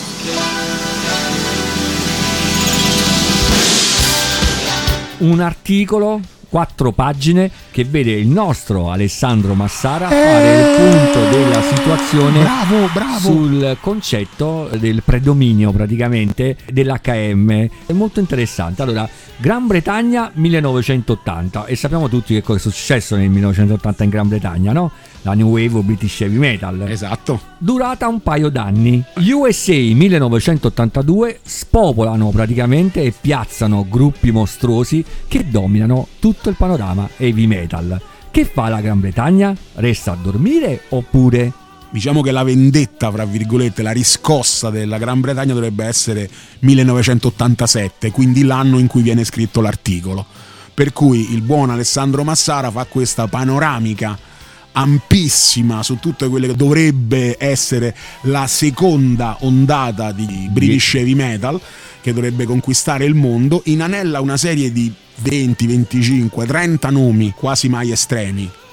Un articolo, quattro pagine, che vede il nostro Alessandro Massara fare il punto della situazione. Bravo, bravo. Sul concetto del predominio praticamente dell'H M. È molto interessante. Allora, Gran Bretagna millenovecentottanta, e sappiamo tutti che cosa è successo nel millenovecentottanta in Gran Bretagna, no? La New Wave o British Heavy Metal. Esatto. Durata un paio d'anni. U S A millenovecentottantadue spopolano praticamente e piazzano gruppi mostruosi che dominano tutto il panorama heavy metal. Che fa la Gran Bretagna? Resta a dormire oppure? Diciamo che la vendetta, fra virgolette, la riscossa della Gran Bretagna dovrebbe essere millenovecentottantasette, quindi l'anno in cui viene scritto l'articolo. Per cui il buon Alessandro Massara fa questa panoramica ampissima su tutte quelle che dovrebbe essere la seconda ondata di British Heavy Metal che dovrebbe conquistare il mondo, inanella una serie di venti, venticinque, trenta nomi quasi mai estremi.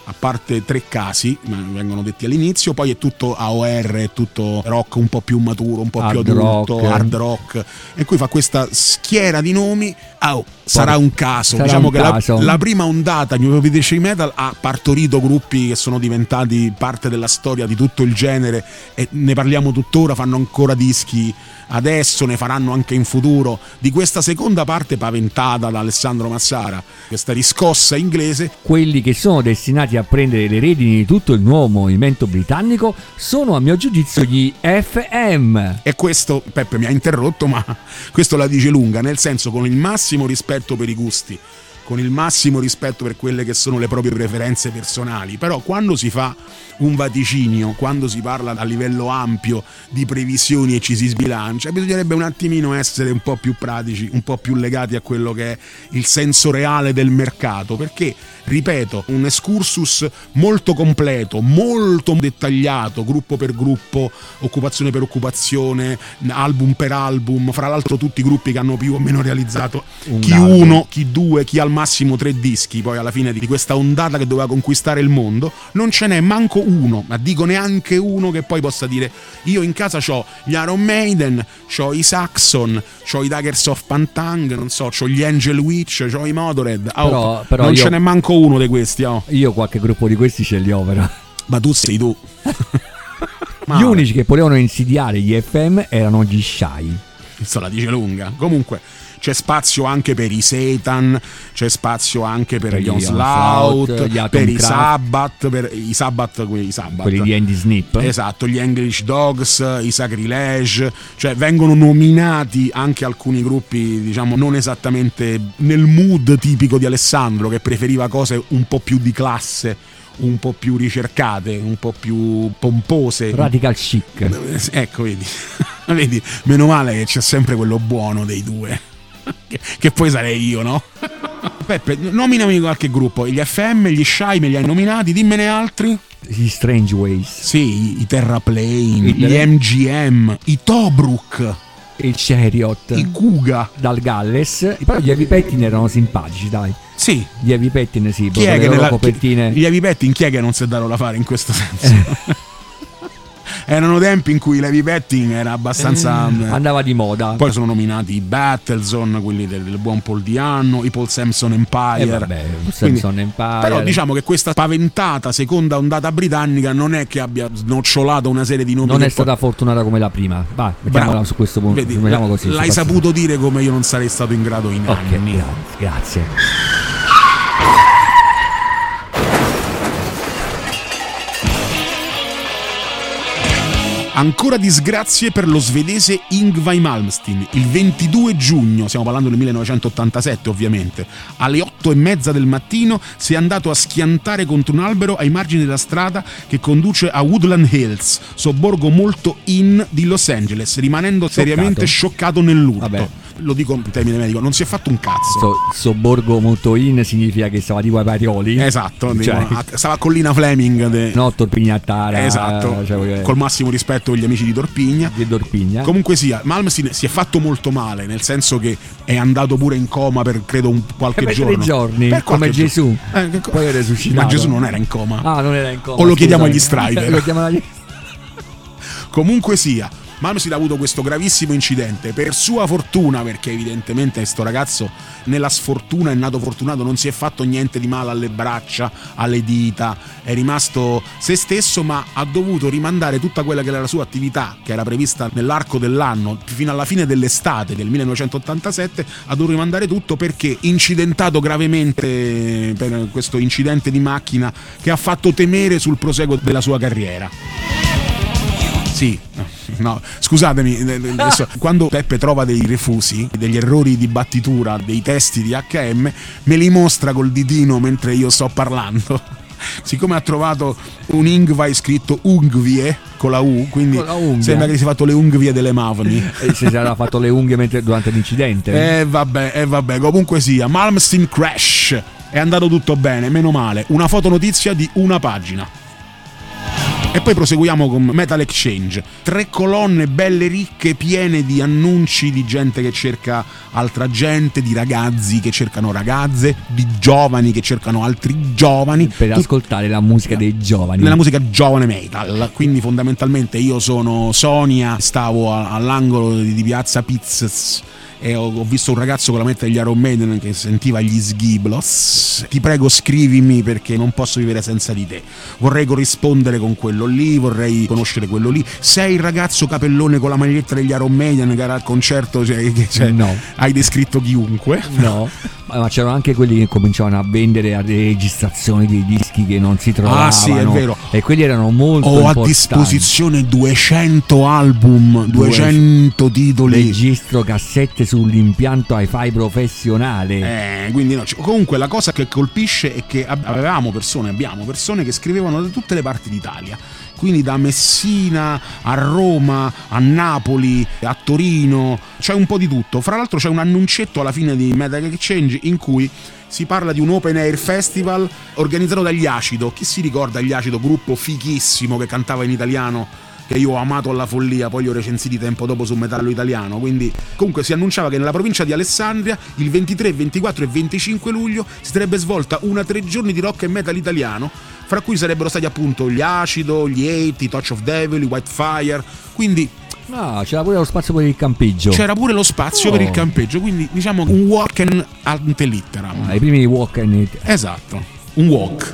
a parte tre casi, vengono detti all'inizio, poi è tutto A O R, è tutto rock un po' più maturo, un po' Hard più adulto, rock. hard rock, e qui fa questa schiera di nomi. Oh, sarà un caso, Sarà diciamo un che caso. La, la prima ondata New Wave British Metal ha partorito gruppi che sono diventati parte della storia di tutto il genere e ne parliamo tuttora, fanno ancora dischi adesso, ne faranno anche in futuro. Di questa seconda parte paventata da Alessandro Massara, questa riscossa inglese, Quelli che sono destinati a prendere le redini di tutto il nuovo movimento britannico sono, a mio giudizio, gli F M. e questo Peppe mi ha interrotto, ma questo la dice lunga, nel senso, con il massimo rispetto per i gusti, con il massimo rispetto per quelle che sono le proprie preferenze personali, però quando si fa un vaticinio, quando si parla a livello ampio di previsioni e ci si sbilancia, bisognerebbe un attimino essere un po' più pratici, un po' più legati a quello che è il senso reale del mercato, perché, ripeto, un excursus molto completo, molto dettagliato, gruppo per gruppo, occupazione per occupazione, album per album, fra l'altro tutti i gruppi che hanno più o meno realizzato Un chi album. uno, chi due, chi al massimo tre dischi, poi alla fine di questa ondata che doveva conquistare il mondo, non ce n'è manco uno, ma dico neanche uno che poi possa dire: io in casa c'ho gli Iron Maiden, c'ho i Saxon, c'ho i Daggers of Pantang, non so, c'ho gli Angel Witch, c'ho i Motorhead. Ah, Però- oh, però non io- ce n'è manco uno di questi, oh. Io qualche gruppo di questi ce li ho, però. Ma tu sei tu. Gli unici che volevano insidiare gli F M erano gli Shy. Se la dice lunga. Comunque c'è spazio anche per i Satan, c'è spazio anche per, Per gli gli Onslaught, Onslaught, gli Atom per i Craft. Sabbath, per i Sabbath, quelli, i Sabbath. Quelli di Andy Snip. Esatto, gli English Dogs, i Sacrilege, cioè vengono nominati anche alcuni gruppi, diciamo, non esattamente nel mood tipico di Alessandro, che preferiva cose un po' più di classe, un po' più ricercate, un po' più pompose. Radical chic. Ecco, vedi, vedi, meno male che c'è sempre quello buono dei due, che, che poi sarei io, no? Peppe, nominami qualche gruppo. Gli F M, gli Shy me li hai nominati, dimmene altri. Gli Strange Ways. Sì, i Terraplane, I gli Terra- M G M, i Tobruk, Il Chariot. i Kuga. Dal Galles. Però gli Heavy Petting erano simpatici, dai. Sì, Gli Heavy Petting, sì. chi è le che loro nella, copertine. gli Heavy Petting, chi è che non si è dato da fare in questo senso? Erano tempi in cui l'heavy petting era abbastanza eh, Andava di moda. poi sono nominati i Battlezone, quelli del, del buon Paul Di'Anno, i Paul Samson Empire. E vabbè, Quindi- Samson Empire. Però diciamo che questa paventata seconda ondata britannica non è che abbia snocciolato una serie di nomi non che è poi- stata fortunata come la prima. Vai, mettiamola Bravo. su questo punto. Vedi, mettiamo così, l'hai su questo- saputo dire come io non sarei stato in grado in Ok, anni. grazie, grazie. Ancora disgrazie per lo svedese Yngwie Malmsteen. Il ventidue giugno, stiamo parlando del millenovecentottantasette ovviamente, alle otto e mezza del mattino si è andato a schiantare contro un albero ai margini della strada che conduce a Woodland Hills, sobborgo molto in di Los Angeles, rimanendo seriamente scioccato nell'urto. Vabbè. Lo dico in termine medico, non si è fatto un cazzo. So, sobborgo molto in significa che stava tipo ai Parioli. Esatto, Cioè, dico, a- stava a Collina Fleming de- no, Torpigna a Tara. esatto, cioè, perché- col massimo rispetto per gli amici di Torpigna. di Torpigna. Comunque sia, Malmsteen si è fatto molto male, nel senso che è andato pure in coma per credo un qualche Eh, per giorno. tre giorni, Per come qualche Gesù. giorno. Eh, che co- Poi è resuscitato. Ma Gesù non era in coma. Ah, non era in coma. O lo chiediamo scusami. agli Strider. Lo chiamano agli Comunque sia, Malmsteen ha avuto questo gravissimo incidente. Per sua fortuna, perché evidentemente sto ragazzo nella sfortuna è nato fortunato, non si è fatto niente di male alle braccia, alle dita, è rimasto se stesso, ma ha dovuto rimandare tutta quella che era la sua attività, che era prevista nell'arco dell'anno, fino alla fine dell'estate del millenovecentottantasette, ha dovuto rimandare tutto perché incidentato gravemente per questo incidente di macchina che ha fatto temere sul proseguo della sua carriera. Sì, no, scusatemi, adesso, quando Peppe trova dei refusi, degli errori di battitura dei testi di H M, me li mostra col ditino mentre io sto parlando. Siccome ha trovato un Yngwie scritto Ungvie con la U, quindi Con la unghia. sembra che si è fatto le unghie delle Mavni. E si era fatto le unghie mentre- durante l'incidente. E vabbè, e vabbè, comunque sia, Malmsteen Crash, è andato tutto bene, meno male. Una fotonotizia di una pagina. E poi proseguiamo con Metal Exchange, tre colonne belle ricche, piene di annunci di gente che cerca altra gente, di ragazzi che cercano ragazze, di giovani che cercano altri giovani, per Tut- ascoltare la musica dei giovani, nella musica giovane metal. Quindi fondamentalmente io sono Sonia, stavo a- all'angolo di, di piazza Pizzas e ho, ho visto un ragazzo con la maglietta degli Iron Maiden che sentiva gli Sgiblos. Ti prego scrivimi perché non posso vivere senza di te, vorrei corrispondere con quello lì, vorrei conoscere quello lì. Sei il ragazzo capellone con la maglietta degli Iron Maiden che era al concerto, cioè, cioè, no, hai descritto chiunque? No. Ma c'erano anche quelli che cominciavano a vendere a registrazioni dei dischi che non si trovavano. Ah sì, è vero. E quelli erano molto Ho importanti. a disposizione duecento album, duecento titoli. Registro cassette sull'impianto hi-fi professionale. Eh, quindi no. Comunque la cosa che colpisce è che avevamo persone, abbiamo persone che scrivevano da tutte le parti d'Italia. Quindi da Messina a Roma, a Napoli, a Torino, c'è un po' di tutto. Fra l'altro c'è un annuncetto alla fine di Metal Exchange in cui si parla di un open air festival organizzato dagli Acido. Chi si ricorda gli Acido, gruppo fighissimo che cantava in italiano, che io ho amato alla follia, poi li ho recensiti tempo dopo su Metallo Italiano. Quindi comunque si annunciava che nella provincia di Alessandria il ventitré, ventiquattro e venticinque luglio si sarebbe svolta una tre giorni di rock e metal italiano, fra cui sarebbero stati appunto gli Acido, gli Hate, i Touch of Devil, i Whitefire. Quindi no, c'era pure lo spazio per il campeggio. C'era pure lo spazio oh. per il campeggio, quindi diciamo un walk and ante litteram. Ah, i primi walk and Esatto, un walk.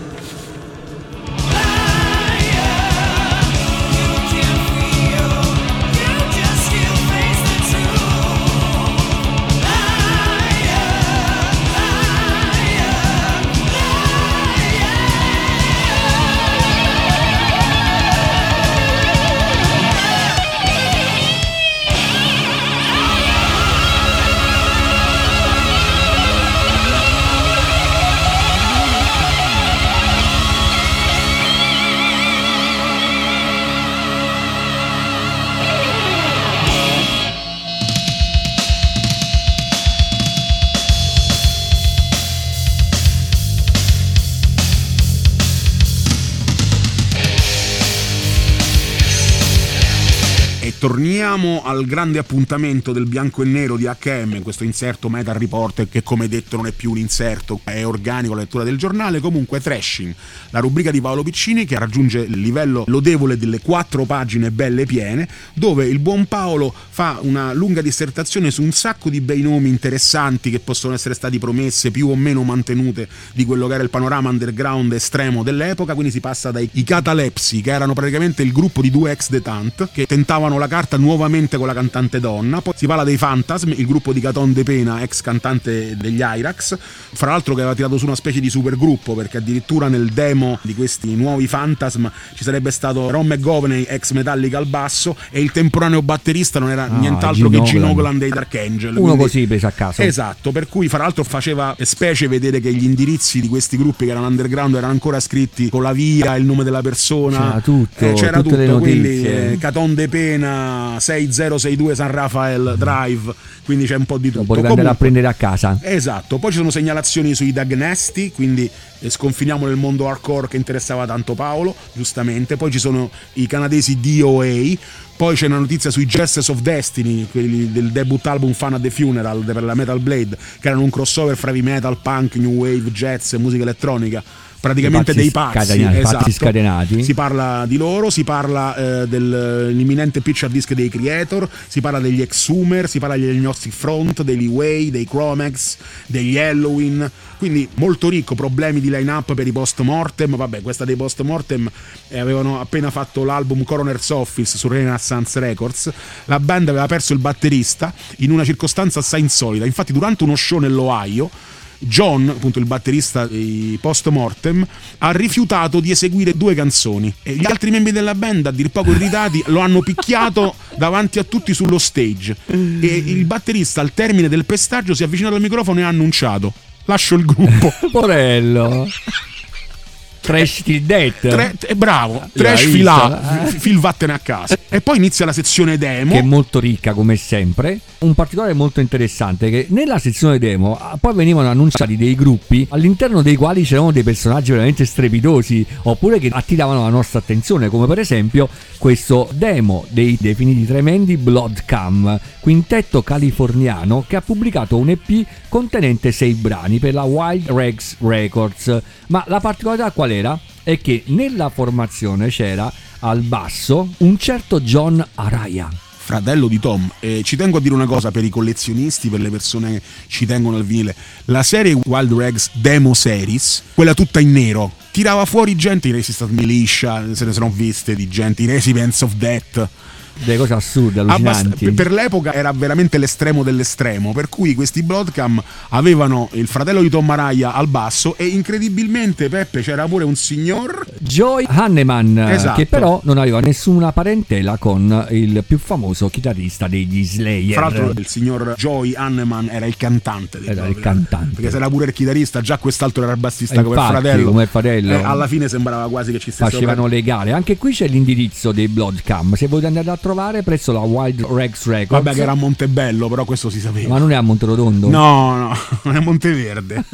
Torniamo al grande appuntamento del bianco e nero di H M, questo inserto Metal Reporter che come detto non è più un inserto, è organico la lettura del giornale. Comunque Thrashing, la rubrica di Paolo Piccini che raggiunge il livello lodevole delle quattro pagine belle piene, dove il buon Paolo fa una lunga dissertazione su un sacco di bei nomi interessanti che possono essere stati promesse più o meno mantenute di quello che era il panorama underground estremo dell'epoca. Quindi si passa dai i Catalepsi, che erano praticamente il gruppo di due ex détente che tentavano la carta nuovamente con la cantante donna. Poi si parla dei Phantasm, il gruppo di Caton De Pena, ex cantante degli Irax, fra l'altro che aveva tirato su una specie di supergruppo, perché addirittura nel demo di questi nuovi Phantasm ci sarebbe stato Ron McGovney, ex Metallica al basso, e il temporaneo batterista non era ah, nient'altro Gene che Gene Oakland dei Dark Angel. Uno quindi, così preso a caso. Esatto, per cui fra l'altro faceva specie vedere che gli indirizzi di questi gruppi che erano underground erano ancora scritti con la via, il nome della persona, c'era tutto, eh, c'era tutte tutto, le notizie. Quindi eh, Caton De Pena sei zero sei due San Rafael Drive, quindi c'è un po' di tutto. Lo puoi andare a prendere a casa. Esatto, poi ci sono segnalazioni sui Dag Nasty, quindi eh, sconfiniamo nel mondo hardcore che interessava tanto Paolo, giustamente. Poi ci sono i canadesi D O A, poi c'è una notizia sui Justice of Destiny, quelli del debut album Fun at the Funeral per la Metal Blade, che erano un crossover fra heavy metal, punk, new wave, jazz e musica elettronica, praticamente pazzi dei pazzi, scatenati, esatto. pazzi scatenati. Si parla di loro, si parla eh, dell'imminente pitch a disc dei Creator, si parla degli Exhumer, si parla degli Agnostic Front, dei Lee Way, dei Chromex, degli Halloween. Quindi molto ricco, problemi di line-up per i post-mortem. Vabbè, questa dei post-mortem eh, avevano appena fatto l'album Coroner's Office su Renaissance Records. La band aveva perso il batterista in una circostanza assai insolita. Infatti durante uno show nell'Ohio, John, appunto il batterista dei Post Mortem, ha rifiutato di eseguire due canzoni e gli altri membri della band, a dir poco irritati, lo hanno picchiato davanti a tutti sullo stage. E il batterista al termine del pestaggio si è avvicinato al microfono e ha annunciato: lascio il gruppo. Porello. Trash till death. Tre, eh, bravo, L'hai trash visto? filà, f- fil vattene a casa. E poi inizia la sezione demo. Che è molto ricca come sempre. Un particolare molto interessante che nella sezione demo ah, poi venivano annunciati dei gruppi all'interno dei quali c'erano dei personaggi veramente strepitosi oppure che attiravano la nostra attenzione, come per esempio questo demo dei definiti tremendi Bloodcam, quintetto californiano che ha pubblicato un E P contenente sei brani per la Wild Rex Records. Ma la particolarità qual era? È che nella formazione c'era al basso un certo John Araya, fratello di Tom. E ci tengo a dire una cosa per i collezionisti, per le persone che ci tengono al vinile: la serie Wild Regs Demo Series, quella tutta in nero, tirava fuori gente, i Resistance Militia, se ne sono viste di gente, i Residents of Death, delle cose assurde, allucinanti. Abbast- per l'epoca era veramente l'estremo dell'estremo, per cui questi Bloodcam avevano il fratello di Tom Araya al basso e incredibilmente, Peppe, c'era pure un signor Joey Hanneman, esatto, che però non aveva nessuna parentela con il più famoso chitarrista degli Slayer. Fra l'altro il signor Joey Hanneman era il cantante dei era il Bloodcam, cantante, perché se era pure il chitarrista, già quest'altro era il bassista, e come il infatti, fratello, come il fratello. Eh, alla fine sembrava quasi che ci stessero facevano legale. Anche qui c'è l'indirizzo dei Bloodcam, se volete andare a trovare presso la Wild Rex Records. Vabbè, che era a Montebello, però questo si sapeva. Ma non è a Monterotondo? No, no, non è Monteverde.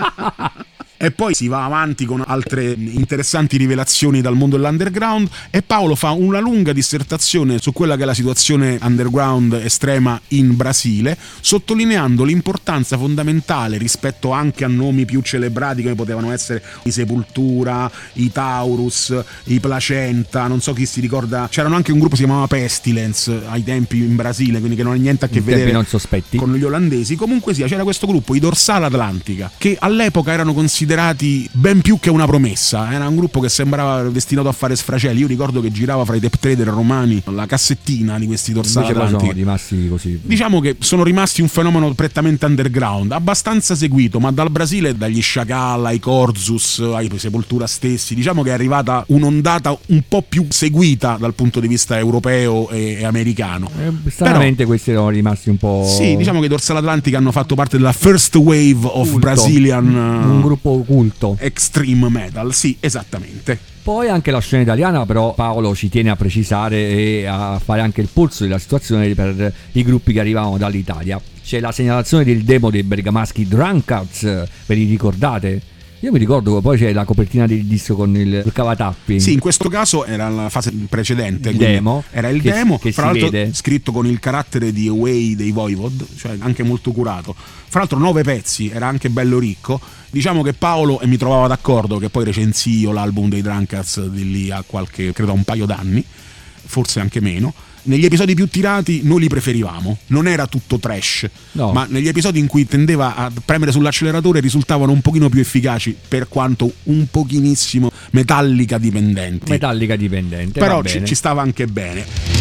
E poi si va avanti con altre interessanti rivelazioni dal mondo dell'underground e Paolo fa una lunga dissertazione su quella che è la situazione underground estrema in Brasile, sottolineando l'importanza fondamentale rispetto anche a nomi più celebrati come potevano essere i Sepultura, i Taurus, i Placenta, non so chi si ricorda, c'erano anche un gruppo che si chiamava Pestilence ai tempi in Brasile, quindi che non ha niente a che in vedere non sospetti. con gli olandesi. Comunque sia, c'era questo gruppo, i Dorsale Atlantica, che all'epoca erano considerati ben più che una promessa. Era un gruppo che sembrava destinato a fare sfracelli. Io ricordo che girava fra i tape trader romani la cassettina di questi Dorsale Invece poi Atlantica. sono rimasti così. Diciamo che sono rimasti un fenomeno prettamente underground, abbastanza seguito, ma dal Brasile, dagli Chacala ai Corzus ai Sepultura stessi, diciamo che è arrivata un'ondata un po' più seguita dal punto di vista europeo e, e americano. Eh, stranamente Però, questi erano rimasti un po'. sì, diciamo che i Dorsale Atlantica hanno fatto parte della first wave of culto. Brazilian Un gruppo culto. extreme metal, sì, esattamente. Poi anche la scena italiana, però Paolo ci tiene a precisare e a fare anche il polso della situazione per i gruppi che arrivavano dall'Italia. C'è la segnalazione del demo dei bergamaschi Drunkards, ve li ricordate? Io mi ricordo che poi c'è la copertina del disco con il, il cavatappi. Sì, in questo caso era la fase precedente, il quindi demo. era il che, demo, che fra si l'altro vede. scritto con il carattere di Away dei Voivod, cioè anche molto curato. Fra l'altro nove pezzi, era anche bello ricco. Diciamo che Paolo, e mi trovava d'accordo, che poi recensì io l'album dei Drunkards di lì a qualche, credo a un paio d'anni, forse anche meno. Negli episodi più tirati noi li preferivamo, non era tutto trash, no, ma negli episodi in cui tendeva a premere sull'acceleratore risultavano un pochino più efficaci, per quanto un pochinissimo Metallica dipendenti. Metallica dipendente. Però va ci, bene. ci stava anche bene.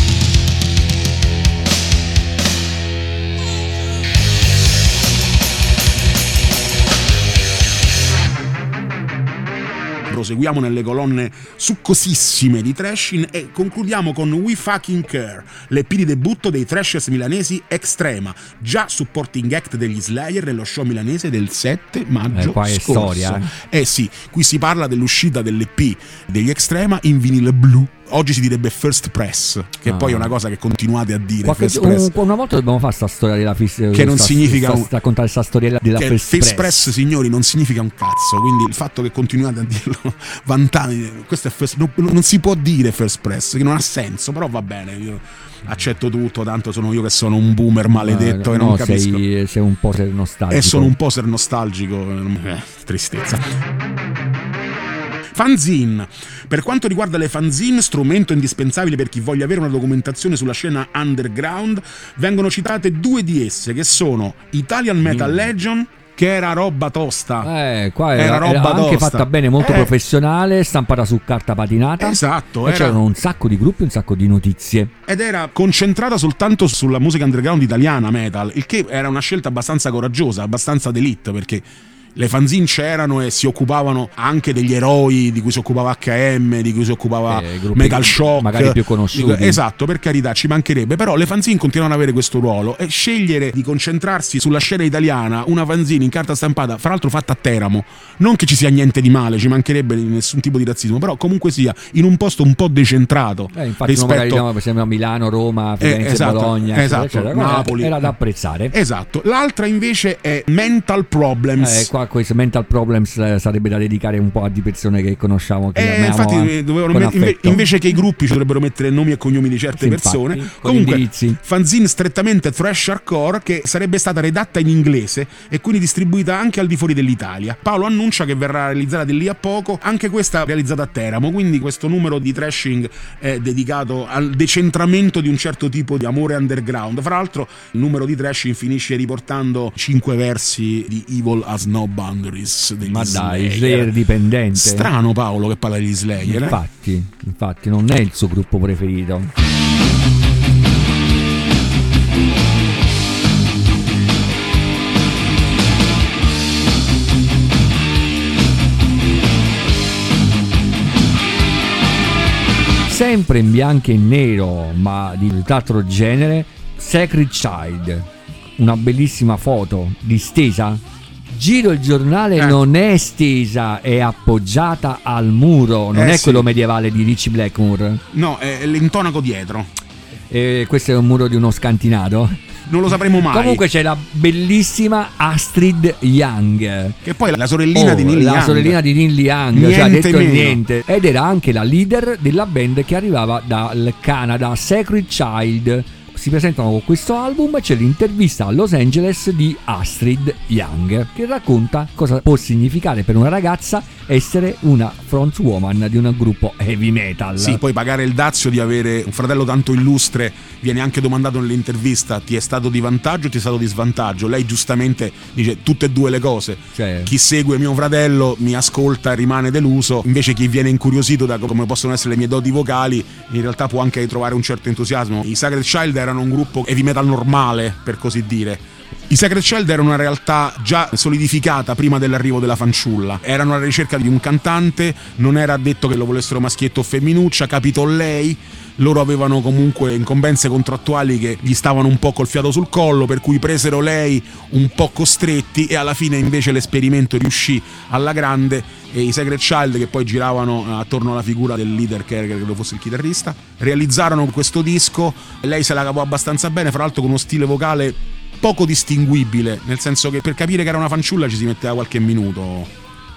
Proseguiamo nelle colonne succosissime di Trashin e concludiamo con We Fucking Care, l'E P di debutto dei Trashers milanesi Extrema, già supporting act degli Slayer nello show milanese del sette maggio eh, qua è scorso. storia, eh. eh sì, qui si parla dell'uscita dell'E P degli Extrema in vinile blu. Oggi si direbbe first press, che ah. poi è una cosa che continuate a dire. Qualche, first press. un, una volta dobbiamo fare sta storia della first, che non sta, significa sta, un... sta, raccontare sta storiella della che first, first press. press, signori, non significa un cazzo. Quindi il fatto che continuate a dirlo vantaggi, questo è first, non, non si può dire first press, che non ha senso, però va bene. Io accetto tutto, tanto sono io che sono un boomer maledetto no, e non no, capisco. Sei, sei un po' nostalgico. E sono un po' ser nostalgico, eh, tristezza. Fanzine. Per quanto riguarda le fanzine, strumento indispensabile per chi voglia avere una documentazione sulla scena underground, vengono citate due di esse, che sono Italian Metal Mm. Legion, che era roba tosta. Eh, qua era, era, roba era anche tosta. fatta bene, molto Eh, professionale, stampata su carta patinata. Esatto, E era- c'erano un sacco di gruppi, un sacco di notizie. ed era concentrata soltanto sulla musica underground italiana metal, il che era una scelta abbastanza coraggiosa, abbastanza d'élite, perché le fanzine c'erano e si occupavano anche degli eroi di cui si occupava H M, di cui si occupava eh, gruppi Metal Shock, magari più conosciuti. Esatto, per carità, ci mancherebbe, però le fanzine continuano ad avere questo ruolo e scegliere di concentrarsi sulla scena italiana, una fanzine in carta stampata, fra l'altro fatta a Teramo, non che ci sia niente di male, ci mancherebbe nessun tipo di razzismo, però comunque sia in un posto un po' decentrato. Eh, infatti rispetto... magari no, per esempio a Milano, Roma, Firenze, eh, esatto, Bologna, esatto, eccetera, eccetera. Napoli. Era da apprezzare. Esatto. L'altra invece è Mental Problems. Eh, qua questo Mental Problems eh, sarebbe da dedicare un po' a di persone che conosciamo, che eh, amiamo infatti dovevano met- inve- invece che i gruppi ci dovrebbero mettere nomi e cognomi di certe sì, persone. infatti, Comunque indirizzi. fanzine strettamente thrash hardcore che sarebbe stata redatta in inglese e quindi distribuita anche al di fuori dell'Italia. Paolo annuncia che verrà realizzata di lì a poco, anche questa realizzata a Teramo, quindi questo numero di trashing è dedicato al decentramento di un certo tipo di amore underground. Fra l'altro il numero di trashing finisce riportando cinque versi di Evil Has No Boundaries degli Ma dai, Slayer. Slayer dipendente. Strano Paolo che parla di Slayer. eh? Infatti, infatti non è il suo gruppo preferito. Sempre in bianco e nero, ma di tutt'altro genere, Sacred Child, una bellissima foto di stesa. Giro il giornale, eh. non è stesa, è appoggiata al muro, non Eh, è sì. quello medievale di Richie Blackmore. No, è l'intonaco dietro. E questo è un muro di uno scantinato. Non lo sapremo mai. Comunque c'è la bellissima Astrid Young, Che poi è la sorellina Oh, di Neil la Young. sorellina di Neil Young, Niente cioè ha detto meno. niente, ed era anche la leader della band che arrivava dal Canada, Sacred Child. Si presentano con questo album e c'è l'intervista a Los Angeles di Astrid Young che racconta cosa può significare per una ragazza essere una frontwoman di un gruppo heavy metal. Sì, poi pagare il dazio di avere un fratello tanto illustre viene anche domandato nell'intervista: ti è stato di vantaggio o ti è stato di svantaggio? Lei giustamente dice tutte e due le cose. Cioè, Chi segue mio fratello mi ascolta e rimane deluso, invece chi viene incuriosito da come possono essere le mie doti vocali in realtà può anche trovare un certo entusiasmo. I Sacred Child erano un gruppo heavy metal normale, per così dire. I Sacred Child erano una realtà già solidificata prima dell'arrivo della fanciulla. Erano alla ricerca di un cantante, non era detto che lo volessero maschietto o femminuccia, capitò lei. Loro avevano comunque incombenze contrattuali che gli stavano un po' col fiato sul collo, per cui presero lei un po' costretti, e alla fine invece l'esperimento riuscì alla grande e i Sacred Child, che poi giravano attorno alla figura del leader che credo fosse il chitarrista, realizzarono questo disco. Lei se la cavò abbastanza bene, fra l'altro con uno stile vocale poco distinguibile, nel senso che per capire che era una fanciulla ci si metteva qualche minuto.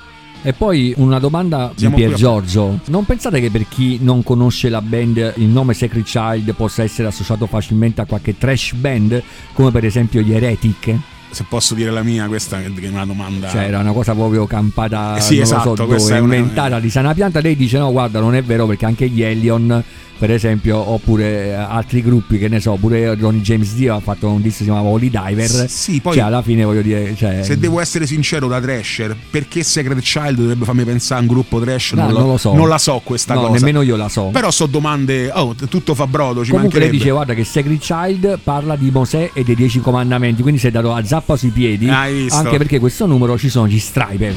e poi una domanda Siamo di Pier qui a- Giorgio: non pensate che per chi non conosce la band il nome Sacred Child possa essere associato facilmente a qualche trash band, come per esempio gli Heretic? Se posso dire la mia, questa è una domanda. Cioè era una cosa proprio campata, Eh sì, non esatto, lo so questa dove, è una- inventata di sana pianta. Lei dice no, guarda, non è vero, perché anche gli Hellion, per esempio, oppure altri gruppi, che ne so, pure Ronnie James Dio ha fatto un disco che si chiamava Holy Diver. Sì, poi cioè alla fine voglio dire, cioè, se devo essere sincero, da trasher, perché Sacred Child dovrebbe farmi pensare a un gruppo trash? No, non, non lo so. Non la so questa no, cosa. nemmeno io la so. Però so domande, oh, t- tutto fa brodo, ci Comunque lei mancherebbe. dice guarda che Sacred Child parla di Mosè e dei Dieci Comandamenti, quindi sei dato a zappa sui piedi, Hai visto? anche perché questo numero ci sono gli Striper.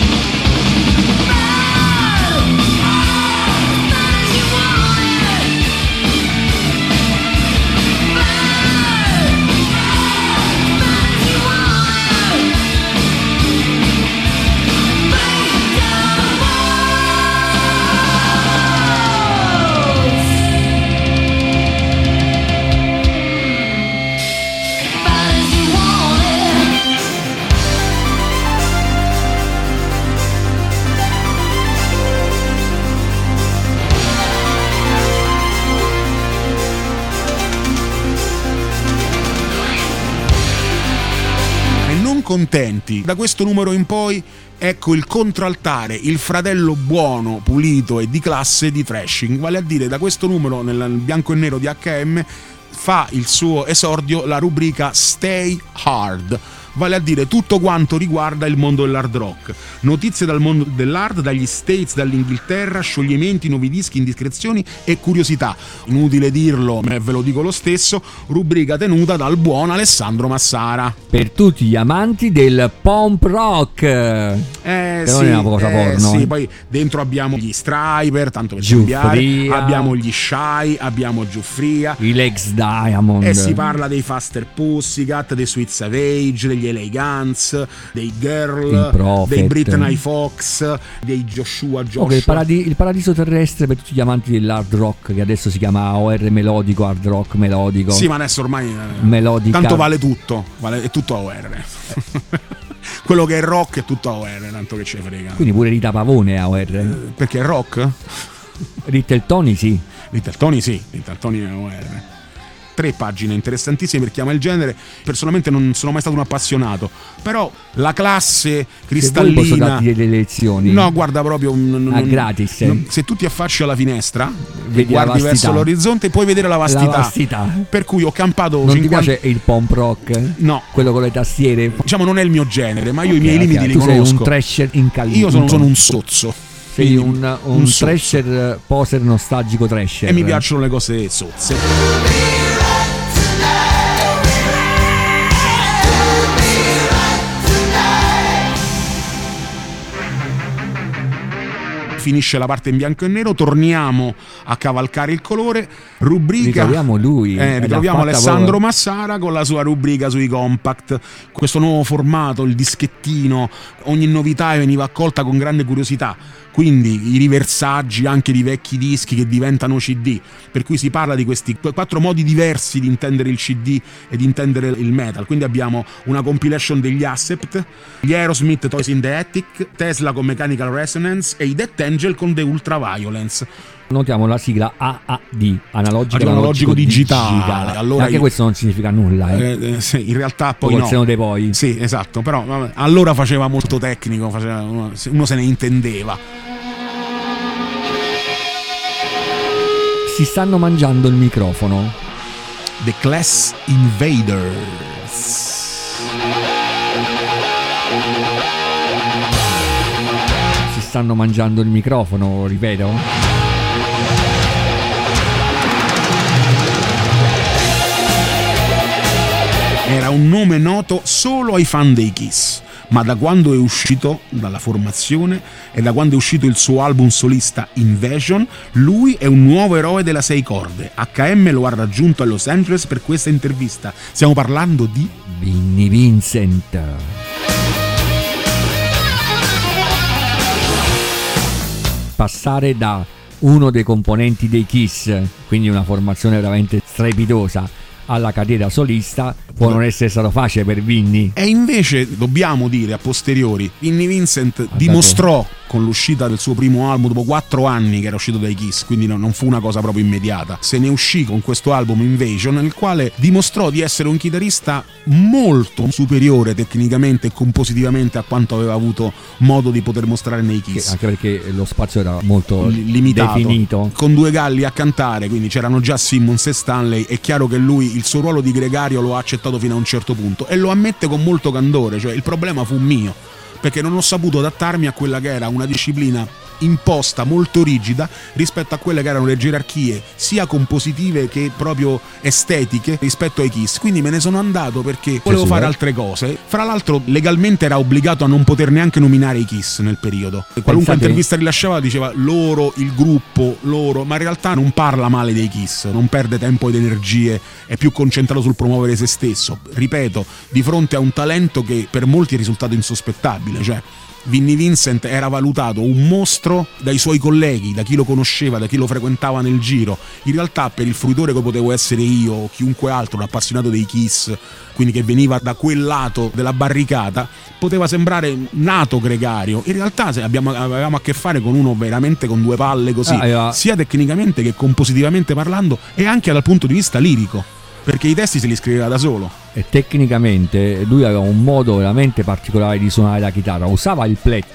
Contenti da questo numero in poi, ecco il contraltare, il fratello buono, pulito e di classe di thrashing, vale a dire da questo numero nel bianco e nero di H M fa il suo esordio la rubrica Stay Hard, vale a dire tutto quanto riguarda il mondo dell'hard rock. Notizie dal mondo dell'hard, dagli States, dall'Inghilterra, scioglimenti, nuovi dischi, indiscrezioni e curiosità. Inutile dirlo, ma ve lo dico lo stesso, rubrica tenuta dal buon Alessandro Massara. Per tutti gli amanti del punk rock. Eh Che sì, non è una cosa eh, porno. sì, eh. poi dentro abbiamo gli Striper, tanto per Giuffria. cambiare, abbiamo gli Shy, abbiamo Giuffria. I Lex Diamond. E si parla dei Faster Pussycat, dei Sweet Savage, degli L A Guns, dei Il Girl, Prophet. dei Britney Fox, dei Joshua Joshua. Oh, che il, paradi- il paradiso terrestre per tutti gli amanti dell'hard rock, che adesso si chiama O R melodico, hard rock melodico. Sì, ma adesso ormai eh, Melodica. tanto vale tutto, vale, è tutto A O R. Quello che è rock è tutto A O R, tanto che ce frega. Quindi pure Rita Pavone è A O R. Perché è rock? Rita e il Tony sì. Little Tony sì, Little Tony è A O R. Tre pagine interessantissime per chi ama il genere. Personalmente non sono mai stato un appassionato, però la classe cristallina. Se vuoi posso darti delle lezioni. No, guarda, proprio n- Ah, n- gratis. n- se tu ti affacci alla finestra Vedi e la guardi vastità. verso l'orizzonte, puoi vedere la vastità. La vastità. Per cui ho campato Non ti cinquanta piace il punk rock? No. Quello con le tastiere? Diciamo non è il mio genere, ma io i Ok, miei ok, limiti li tu sei conosco. un trasher incallito. Io sono, sono un sozzo. Sei Quindi un, un, sozzo. trasher poser nostalgico trasher. E mi piacciono le cose sozze. Finisce la parte in bianco e nero, torniamo a cavalcare il colore. Rubrica. Ritroviamo lui. Eh, Ed ritroviamo ha fatta Alessandro proprio- Massara con la sua rubrica sui compact. Questo nuovo formato, il dischettino, ogni novità veniva accolta con grande curiosità. Quindi i riversaggi anche di vecchi dischi che diventano C D, per cui si parla di questi quattro modi diversi di intendere il C D e di intendere il metal. Quindi abbiamo una compilation degli Accept, gli Aerosmith Toys in the Attic, Tesla con Mechanical Resonance e i Death Angel con The Ultraviolence. Notiamo la sigla A A D, analogico, Analogico analogico digitale. digitale. Allora Anche io- questo non significa nulla, eh. Eh, eh, sì, in realtà poi Col no. seno dei poi. Sì, esatto, però vabbè, allora faceva molto tecnico, faceva, uno, uno se ne intendeva. Si stanno mangiando il microfono. The Class Invaders. Si stanno mangiando il microfono, ripeto. Era un nome noto solo ai fan dei Kiss, ma da quando è uscito dalla formazione e da quando è uscito il suo album solista Invasion, lui è un nuovo eroe della sei corde. H M lo ha raggiunto a Los Angeles per questa intervista. Stiamo parlando di Vinnie Vincent. Passare da uno dei componenti dei Kiss, quindi una formazione veramente strepitosa, alla carriera solista può non essere stato facile per Vinnie. E invece dobbiamo dire a posteriori, Vinnie Vincent dimostrò con l'uscita del suo primo album dopo quattro anni che era uscito dai Kiss, quindi no, non fu una cosa proprio immediata. Se ne uscì con questo album Invasion, nel quale dimostrò di essere un chitarrista molto superiore tecnicamente e compositivamente a quanto aveva avuto modo di poter mostrare nei Che- Kiss. anche perché lo spazio era molto Li- limitato, definito. con due galli a cantare, quindi c'erano già Simmons e Stanley. È chiaro che lui il suo ruolo di gregario lo ha accettato fino a un certo punto e lo ammette con molto candore, cioè il problema fu mio, perché non ho saputo adattarmi a quella che era una disciplina imposta molto rigida rispetto a quelle che erano le gerarchie sia compositive che proprio estetiche rispetto ai Kiss, quindi me ne sono andato perché volevo Gesù, fare eh. altre cose. Fra l'altro legalmente era obbligato a non poter neanche nominare i Kiss nel periodo, e qualunque Pensate- intervista rilasciava diceva loro, il gruppo, loro, ma in realtà non parla male dei Kiss, non perde tempo ed energie, è più concentrato sul promuovere se stesso, ripeto, di fronte a un talento che per molti è risultato insospettabile. Cioè Vinnie Vincent era valutato un mostro dai suoi colleghi, da chi lo conosceva, da chi lo frequentava nel giro. In realtà per il fruitore che potevo essere io o chiunque altro, un appassionato dei Kiss, quindi che veniva da quel lato della barricata, poteva sembrare nato gregario. In realtà se abbiamo, avevamo a che fare con uno veramente con due palle così, Ah, aveva- sia tecnicamente che compositivamente parlando e anche dal punto di vista lirico, perché i testi se li scriveva da solo. E tecnicamente lui aveva un modo veramente particolare di suonare la chitarra. Usava il plettro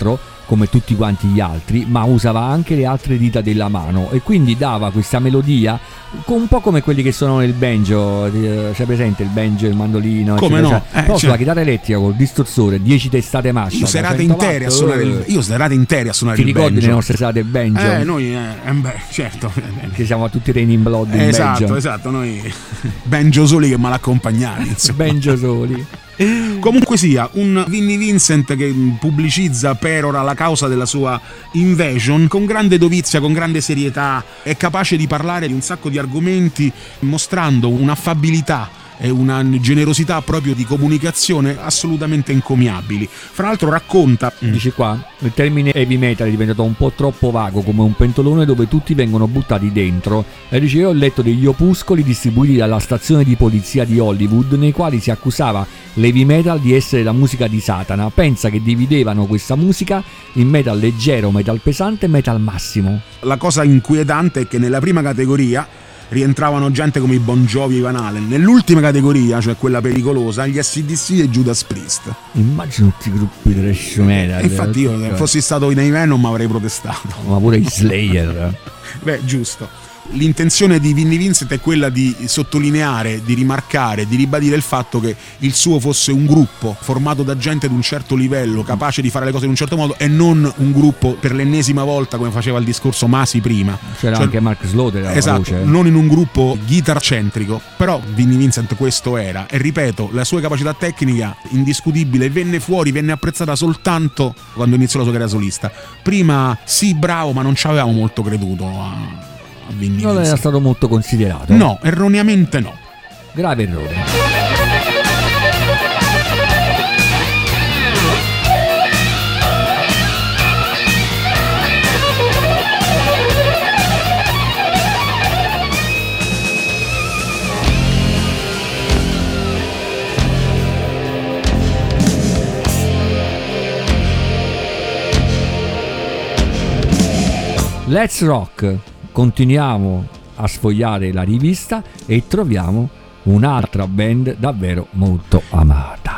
come tutti quanti gli altri, ma usava anche le altre dita della mano e quindi dava questa melodia un po' come quelli che suonano il banjo, eh, c'è presente il banjo, il mandolino, come eccetera, no? eccetera. Eh, Però cioè, sulla chitarra elettrica col distorsore, dieci testate mascia, io serate cento intere a watt, suonare il, eh. io serate intere a suonare Ti il ricordi banjo. le nostre serate banjo? Eh, noi, eh, eh, beh, certo. Che siamo tutti Raining Blood in Esatto, banjo. esatto, noi banjo soli che malaccompagnati, insomma. Banjo soli. Comunque sia, un Vinnie Vincent che pubblicizza, perora la causa della sua Invasion con grande dovizia, con grande serietà, è capace di parlare di un sacco di argomenti mostrando un'affabilità e una generosità proprio di comunicazione assolutamente encomiabili. Fra l'altro racconta, Dice qua, il termine heavy metal è diventato un po' troppo vago, come un pentolone dove tutti vengono buttati dentro. E dice, io ho letto degli opuscoli distribuiti dalla stazione di polizia di Hollywood nei quali si accusava l'heavy metal di essere la musica di Satana. Pensa che dividevano questa musica in metal leggero, metal pesante e metal massimo. la cosa inquietante è che nella prima categoria rientravano gente come i Bon Jovi e i Van Halen, nell'ultima categoria, cioè quella pericolosa, gli A C D C e Judas Priest. Immagino tutti i gruppi trash metal. E infatti io se fossi stato nei Venom avrei protestato. Ma pure i Slayer. Beh, giusto. L'intenzione di Vinnie Vincent è quella di sottolineare, di rimarcare, di ribadire il fatto che il suo fosse un gruppo formato da gente di un certo livello, capace di fare le cose in un certo modo, e non un gruppo per l'ennesima volta come faceva il discorso Masi prima. C'era Cioè, anche Mark Slaughter alla esatto, voce. non in un gruppo guitar-centrico. Però Vinnie Vincent questo era, e ripeto, la sua capacità tecnica indiscutibile venne fuori, venne apprezzata soltanto quando iniziò la sua carriera solista. Prima sì, bravo, ma non ci avevamo molto creduto a Vinnie Non Vincent. era stato molto considerato. No, erroneamente no. Grave errore. Let's Rock. Continuiamo a sfogliare la rivista e troviamo un'altra band davvero molto amata.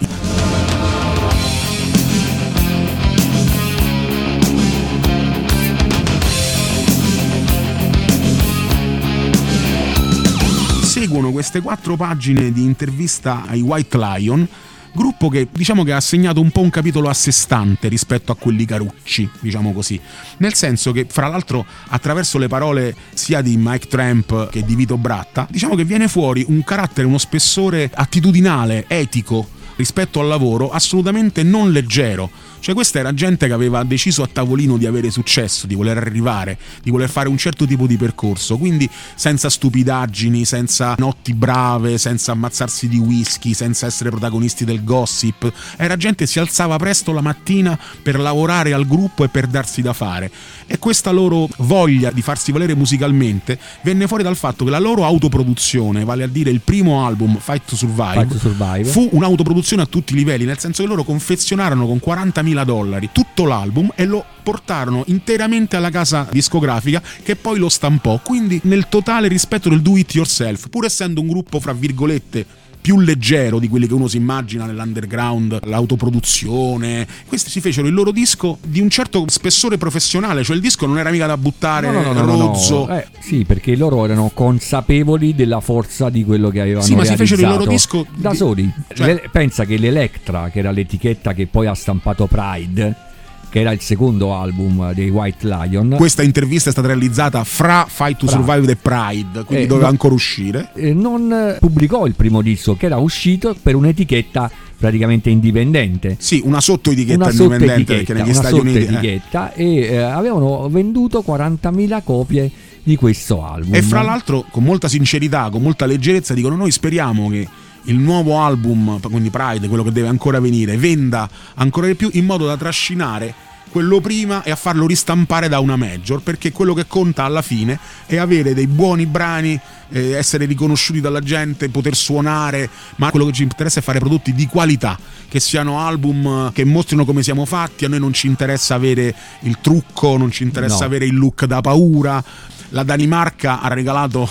Seguono queste quattro pagine di intervista ai White Lion, gruppo che diciamo che ha segnato un po' un capitolo a sé stante rispetto a quelli carucci, diciamo così, nel senso che fra l'altro attraverso le parole sia di Mike Tramp che di Vito Bratta diciamo che viene fuori un carattere, uno spessore attitudinale, etico rispetto al lavoro assolutamente non leggero. Cioè questa era gente che aveva deciso a tavolino di avere successo, di voler arrivare, di voler fare un certo tipo di percorso, quindi senza stupidaggini, senza notti brave, senza ammazzarsi di whisky, senza essere protagonisti del gossip. Era gente che si alzava presto la mattina per lavorare al gruppo e per darsi da fare. E questa loro voglia di farsi valere musicalmente venne fuori dal fatto che la loro autoproduzione, vale a dire il primo album Fight to Survive, Fight to Survive. fu un'autoproduzione a tutti i livelli, nel senso che loro confezionarono con quarantamila dollari tutto l'album e lo portarono interamente alla casa discografica che poi lo stampò, quindi nel totale rispetto del do it yourself, pur essendo un gruppo fra virgolette più leggero di quelli che uno si immagina nell'underground, l'autoproduzione. Questi si fecero il loro disco di un certo spessore professionale, cioè il disco non era mica da buttare No, no, no, no, rozzo. no. Eh, sì, perché loro erano consapevoli della forza di quello che avevano Sì, ma si realizzato fecero il loro disco da di- soli. cioè- Le- pensa che l'Electra, che era l'etichetta che poi ha stampato Pride, che era il secondo album dei White Lion, Questa intervista è stata realizzata fra Fight to Fra. Survive e Pride, quindi Eh, doveva no. ancora uscire. eh, non eh, pubblicò il primo disco, che era uscito per un'etichetta praticamente indipendente. Sì, una sottoetichetta Una indipendente, perché sottoetichetta, negli una Stati Uniti eh. sottoetichetta e eh, avevano venduto quarantamila copie di questo album. E fra l'altro con molta sincerità, con molta leggerezza dicono: noi speriamo che il nuovo album, quindi Pride, quello che deve ancora venire, venda ancora di più in modo da trascinare quello prima e a farlo ristampare da una major, perché quello che conta alla fine è avere dei buoni brani, eh, essere riconosciuti dalla gente, poter suonare, ma quello che ci interessa è fare prodotti di qualità, che siano album che mostrino come siamo fatti. A noi non ci interessa avere il trucco, non ci interessa No. avere il look da paura. La Danimarca ha regalato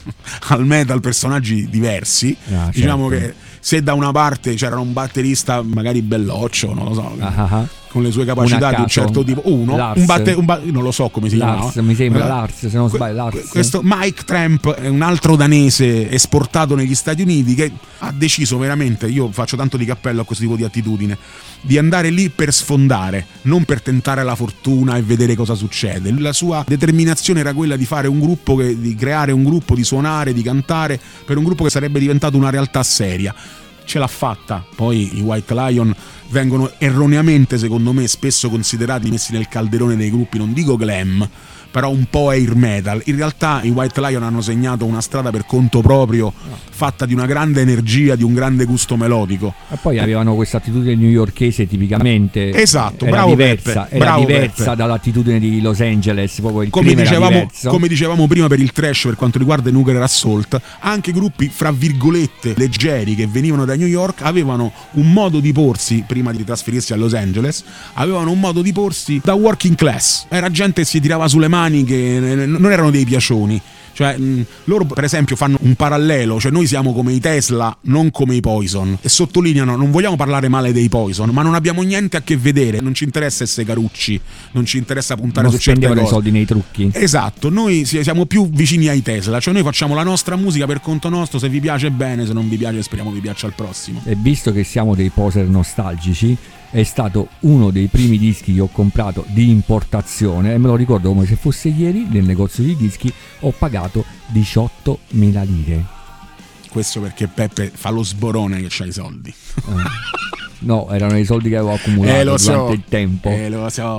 al metal personaggi diversi. Ah, diciamo certo. che se da una parte c'era un batterista magari belloccio, non lo so, Ah, ah, ah. con le sue capacità di un certo tipo. Uno, Lars. un batte, un ba- non lo so come si Lars, chiama. mi sembra Eh, Lars, se non que- sbaglio, Lars. Questo Mike Tramp è un altro danese esportato negli Stati Uniti che ha deciso veramente, io faccio tanto di cappello a questo tipo di attitudine, di andare lì per sfondare, non per tentare la fortuna e vedere cosa succede. La sua determinazione era quella di fare un gruppo, che, di creare un gruppo, di suonare, di cantare per un gruppo che sarebbe diventato una realtà seria. Ce l'ha fatta. Poi i White Lion vengono erroneamente, secondo me, spesso considerati, messi nel calderone dei gruppi, non dico glam, però un po' air metal. In realtà i White Lion hanno segnato una strada per conto proprio, fatta di una grande energia, di un grande gusto melodico. E poi avevano questa attitudine newyorkese tipicamente. Esatto, era bravo diversa, Peppe, era bravo diversa Peppe. dall'attitudine di Los Angeles, proprio il Come clima era dicevamo, diverso. come dicevamo prima per il trash, per quanto riguarda i Nuclear Assault, anche gruppi fra virgolette leggeri che venivano da New York avevano un modo di porsi, prima di trasferirsi a Los Angeles, avevano un modo di porsi da working class. Era gente che si tirava sulle mani, che non erano dei piacioni. Cioè, mh, loro per esempio fanno un parallelo, cioè noi siamo come i Tesla, non come i Poison, e sottolineano: non vogliamo parlare male dei Poison, ma non abbiamo niente a che vedere, non ci interessa essere carucci, non ci interessa puntare non su certe spendevano i cose. soldi nei trucchi. Esatto, noi si- siamo più vicini ai Tesla, cioè noi facciamo la nostra musica per conto nostro, se vi piace bene, se non vi piace speriamo vi piaccia al prossimo. E visto che siamo dei poser nostalgici, è stato uno dei primi dischi che ho comprato di importazione, e me lo ricordo come se fosse ieri. Nel negozio di dischi ho pagato diciottomila lire. Questo perché Peppe fa lo sborone che c'ha i soldi. Eh. No, erano i soldi che avevo accumulato Eh, lo so. durante il tempo. Eh lo so.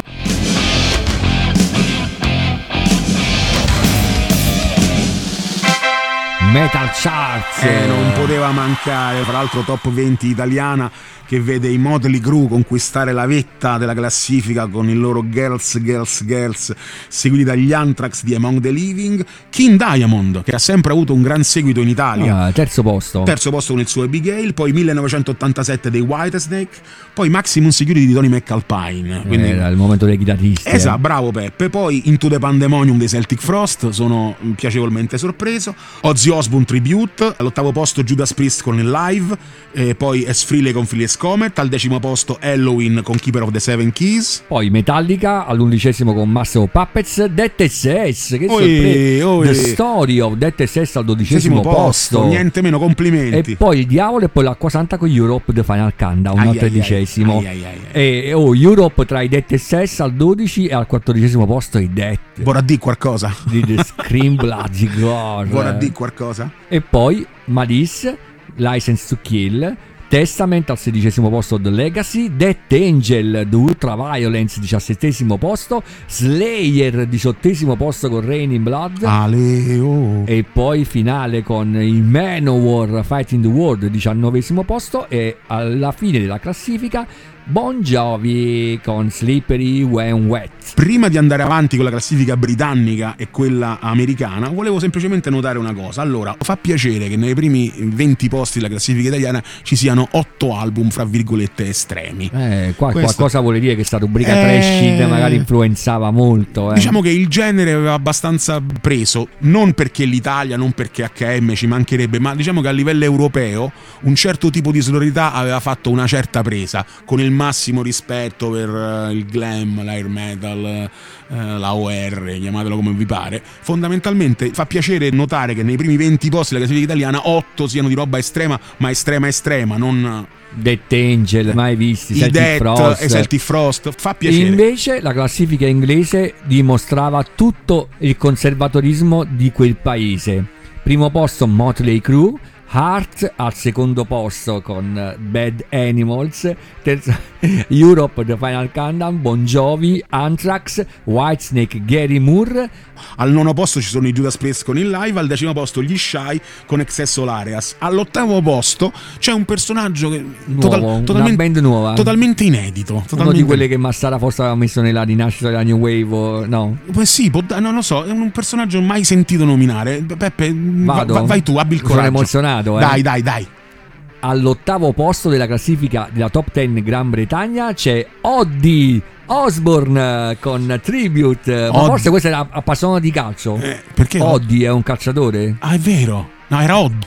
Metal Charts. Eh, non poteva mancare, fra l'altro top venti italiana, che vede i Motley Crue conquistare la vetta della classifica con il loro Girls, Girls, Girls, seguiti dagli Anthrax di Among the Living. King Diamond, che ha sempre avuto un gran seguito in Italia, Ah, terzo posto. terzo posto con il suo Abigail, poi millenovecentottantasette dei Whitesnake, poi Maximum Security di Tony McAlpine. Quindi Era il momento dei chitarristi. eh. esatto, bravo Peppe. Poi Into the Pandemonium dei Celtic Frost, sono piacevolmente sorpreso. Ozzy Osbourne Tribute, all'ottavo posto Judas Priest con il Live, e poi Es Frehley con Phyllis Comet, al decimo posto Halloween con Keeper of the Seven Keys. Poi Metallica all'undicesimo con Massive Puppets. Death S S, che Oi, sorpresa. oi. The Story of Death S S al dodicesimo Decimo posto. niente meno, complimenti. E poi il diavolo e poi l'acquasanta con Europe The Final Countdown Ai, al ai, tredicesimo. ai, ai, ai, ai. E oh, Europe tra i Death S S al dodici e al quattordicesimo posto i Death Vorrà dire qualcosa? di The Scream Bloody Gore. Vorrà dire qualcosa? E poi Malice, License to Kill, Testament al sedicesimo posto The Legacy, Death Angel The Ultra Violence diciassettesimo posto, Slayer diciottesimo posto con Rain in Blood. Ale, oh. E poi finale con i Manowar Fighting the World diciannovesimo posto, e alla fine della classifica Bon Jovi con Slippery When Wet. Prima di andare avanti con la classifica britannica e quella americana, volevo semplicemente notare una cosa. Allora, fa piacere che nei primi venti posti della classifica italiana ci siano otto album, fra virgolette, estremi. Eh, qua, Questo- qualcosa vuole dire che sta rubrica Eh, Trash magari influenzava molto. Eh. Diciamo che il genere aveva abbastanza preso, non perché l'Italia, non perché acca emme, ci mancherebbe, ma diciamo che a livello europeo un certo tipo di sonorità aveva fatto una certa presa, con il massimo rispetto per uh, il glam, l'air metal, uh, la O R, chiamatelo come vi pare. Fondamentalmente fa piacere notare che nei primi venti posti della classifica italiana otto siano di roba estrema, ma estrema estrema, non Death Angel, mai visti, i Celtic Death Frost. e Celtic Frost. Fa piacere. Invece la classifica inglese dimostrava tutto il conservatorismo di quel paese. Primo posto Motley Crue, Heart al secondo posto con eh, Bad Animals, terzo Europe The Final Countdown, Bon Jovi, Anthrax, Whitesnake, Gary Moore. Al nono posto ci sono i Judas Priest con il Live, al decimo posto gli Shy con Excess Olareas. All'ottavo posto c'è un personaggio che Nuovo, una totalmente, band nuova. totalmente inedito. Totalmente... Uno di quelle che Massara forse aveva messo nella rinascita della New Wave, o- no? Pues sì, può da- non lo so, è un personaggio mai sentito nominare. Peppe, va- Vado? va- vai tu, abbi il Sono coraggio. emozionato, eh. Dai, dai, dai. All'ottavo posto della classifica della Top dieci Gran Bretagna c'è Ozzy Osbourne con Tribute. Ma Ozzy. forse questo era appassionato di calcio. Eh, perché? Ozzy è un calciatore? Ah, è vero. No, era Oddo.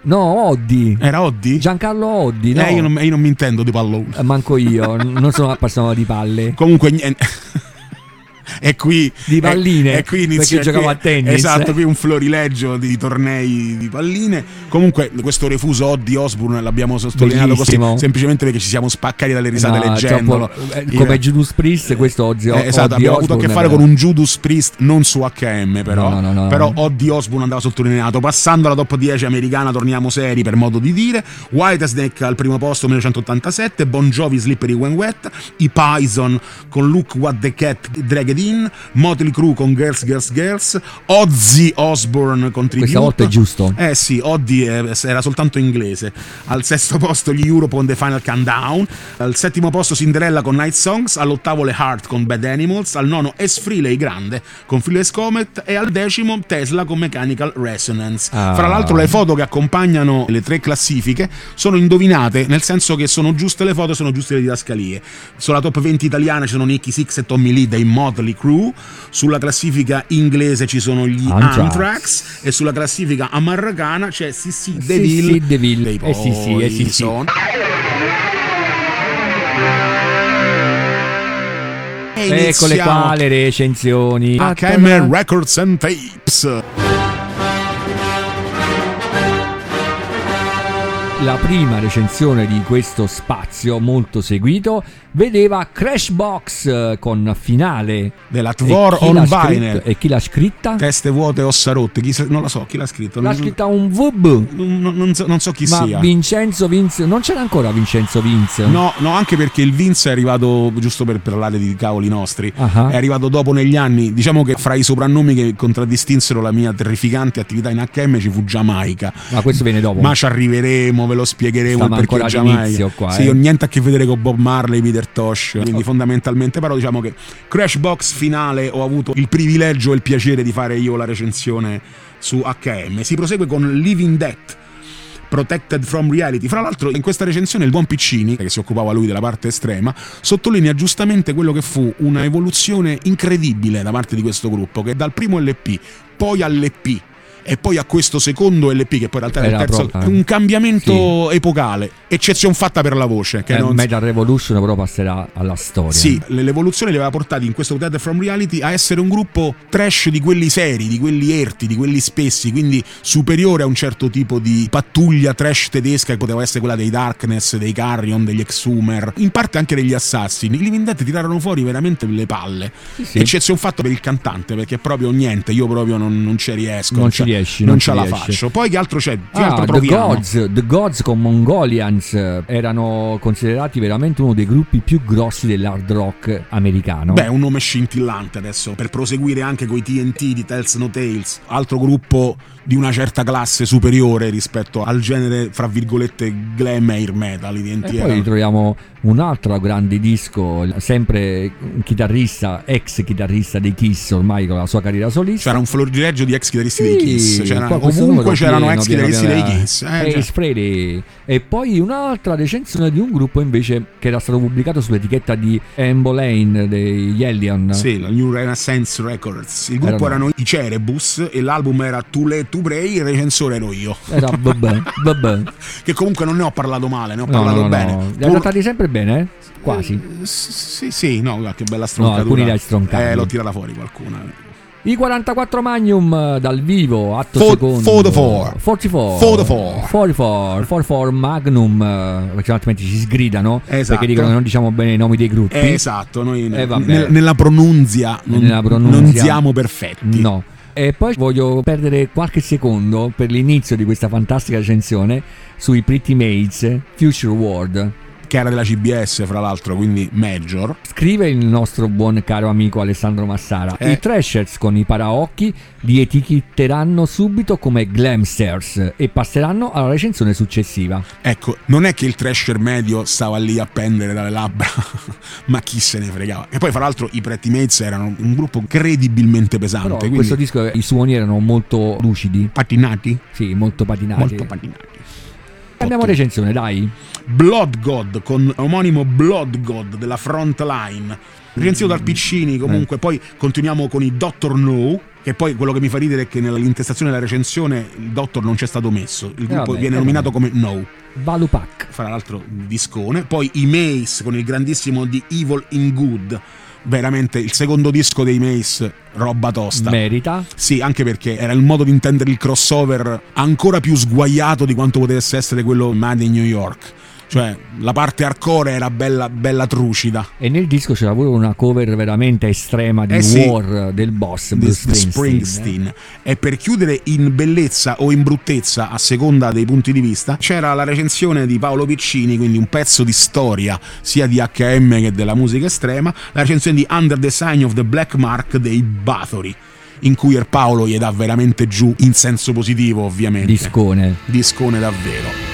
No, Oddi. Era Oddi? Giancarlo Oddi, no? Eh, io non, io non mi intendo di pallone. Eh, manco io, non sono appassionato di palle. Comunque niente. E qui di palline, e, e qui inizia, perché giocavo qui, a tennis. Esatto, qui un florileggio di tornei di palline. Comunque questo refuso Ozzy Osbourne l'abbiamo sottolineato Bellissimo. così semplicemente perché ci siamo spaccati dalle risate No, leggendolo. troppo, come Judas Priest, questo Ozzy eh, esatto, Ozzy abbiamo avuto a che fare però. con un Judas Priest non su H M però. No, no, no, però no. Ozzy Osbourne andava sottolineato. Passando alla top dieci americana, torniamo seri per modo di dire. Whitesnake al primo posto millenovecentottantasette, Bon Jovi Slippery When Wet, i Poison con Look What the Cat Dragged In, Motley Crue con Girls Girls Girls, Ozzy Osbourne con Tribute. Questa volta è giusto. Eh sì, Ozzy era soltanto inglese. Al sesto posto gli Europe con The Final Countdown, al settimo posto Cinderella con Night Songs, all'ottavo le Heart con Bad Animals, al nono S. Frehley Grande con Fearless Comet e al decimo Tesla con Mechanical Resonance. Ah. Fra l'altro le foto che accompagnano le tre classifiche sono indovinate, nel senso che sono giuste le foto, sono giuste le didascalie. Sulla top venti italiana ci sono Nicky Six e Tommy Lee dei Motley Crue, sulla classifica inglese ci sono gli Anthrax, Anthrax e sulla classifica americana c'è Sissi DeVille Sissi DeVille. dei Eh sì, sì, eh sì, sì. Poison. E Ecco le iniziamo. qua le recensioni. H M Records and Tapes. La prima recensione di questo spazio molto seguito vedeva Crashbox con finale della Tvor E chi on l'ha Vinyl. scritto- E chi l'ha scritta? Teste vuote, ossa rotte. Chi sa- non lo so chi l'ha scritto. L'ha non, scritta un V B. non- non so, non so chi Ma sia. Vincenzo Vince, non c'era ancora Vincenzo Vince? No, no, anche perché il Vince è arrivato, giusto per parlare di cavoli nostri, Ah. è arrivato dopo negli anni. Diciamo che fra i soprannomi che contraddistinsero la mia terrificante attività in H M ci fu Giamaica. Ma questo viene dopo. Ma ci arriveremo, ve lo spiegheremo Stiamo il perché ancora Giamaica. all'inizio qua, Sì, eh. ho niente a che vedere con Bob Marley, Peter Tosh, quindi fondamentalmente, però diciamo che Crashbox finale ho avuto il privilegio e il piacere di fare io la recensione su H M. Si prosegue con Living Death, Protected from Reality. Fra l'altro in questa recensione il buon Piccini, che si occupava lui della parte estrema, sottolinea giustamente quello che fu una evoluzione incredibile da parte di questo gruppo, che dal primo L P poi all'E P e poi a questo secondo L P, che poi in realtà è il Era terzo, proprio- è un cambiamento epocale, eccezione fatta per la voce, che Eh, non... Metal Revolution però passerà alla storia. Sì, l'evoluzione li aveva portati in questo Protected from Reality a essere un gruppo trash di quelli seri, di quelli erti, di quelli spessi, quindi superiore a un certo tipo di pattuglia trash tedesca che poteva essere quella dei Darkness, dei Carrion, degli Exhumer, in parte anche degli Assassin. I Living Dead tirarono fuori veramente le palle, Sì, sì. eccezione fatta per il cantante, perché proprio niente, io proprio non, non ci riesco, Non non, ci ce- riesci, non non ce ci la riesci. faccio. Poi che altro c'è? Che Ah, altro The proviamo? Gods, The Gods con Mongolians eh, erano considerati veramente uno dei gruppi più grossi dell'hard rock americano. Beh, un nome scintillante adesso, per proseguire anche coi T N T di Tales No Tales, altro gruppo di una certa classe superiore rispetto al genere, fra virgolette, glam air metal. I T N T E poi erano- ritroviamo un altro grande disco, sempre un chitarrista, ex chitarrista dei Kiss ormai con la sua carriera solista. C'era un florileggio di ex chitarristi dei Kiss, Sì, c'era, qua questo numero ovunque c'erano pieno, ex pieno, chitarristi pieno, dei Kiss. Eh, Ace già. Frehley. E poi un'altra recensione di un gruppo invece che era stato pubblicato sull'etichetta di Ambo Lane degli Alien. Sì, la New Renaissance Records. Il gruppo Erano- erano i Cerebus e l'album era Too Late to Pray, il recensore ero io. Era vabbè, vabbè. Che comunque non ne ho parlato male, ne ho No, parlato no, no, bene. no. Li hai Pur- trattati sempre bene, eh? Quasi. Eh, Sì, sì, no, guarda, che bella stroncatura. alcuni li hai stroncati. Eh, l'ho tirata fuori qualcuna. I quarantaquattro Magnum eh, dal vivo, atto Fo- secondo. quarantaquattro. quarantaquattro. quarantaquattro. quarantaquattro. quarantaquattro Magnum, eh, perché altrimenti ci sgridano. Esatto. Perché dicono che non diciamo bene i nomi dei gruppi. Eh, esatto, noi Eh, vabbè. nel- nella pronunzia non, Nella pronunzia. non siamo perfetti. No. E poi voglio perdere qualche secondo per l'inizio di questa fantastica recensione sui Pretty Maids Future World. Che era della C B S, fra l'altro, quindi major. Scrive il nostro buon caro amico Alessandro Massara: Eh. i Thrashers con i paraocchi li etichetteranno subito come Glamsters e passeranno alla recensione successiva. Ecco, non è che il thrasher medio stava lì a pendere dalle labbra, ma chi se ne fregava. E poi, fra l'altro, i Pretty Mates erano un gruppo credibilmente pesante. Però quindi questo disco i suoni erano molto lucidi, patinati, sì, molto patinati. molto patinati. Andiamo a Ottimo. recensione, dai. Blood God con omonimo Blood God della Frontline, recensito dal Piccini. Comunque poi continuiamo con i Doctor No Che poi quello che mi fa ridere è che nell'intestazione della recensione il Doctor non c'è stato messo, il gruppo vabbè, viene vabbè. nominato come No. Valupac. Fra l'altro discone. Poi i Mace con il grandissimo The Evil in Good, veramente il secondo disco dei Mace, roba tosta. Merita. Sì, anche perché era il modo di intendere il crossover ancora più sguaiato di quanto potesse essere quello Made in New York. Cioè la parte hardcore era bella, bella trucida. E nel disco c'era pure una cover veramente estrema di Eh sì. War del boss di Bruce Springsteen. Springsteen. E per chiudere in bellezza o in bruttezza a seconda dei punti di vista c'era la recensione di Paolo Piccini, quindi un pezzo di storia sia di H M che della musica estrema, la recensione di Under the Sign of the Black Mark dei Bathory, in cui Paolo gli dà veramente giù in senso positivo, ovviamente. Discone. Discone davvero.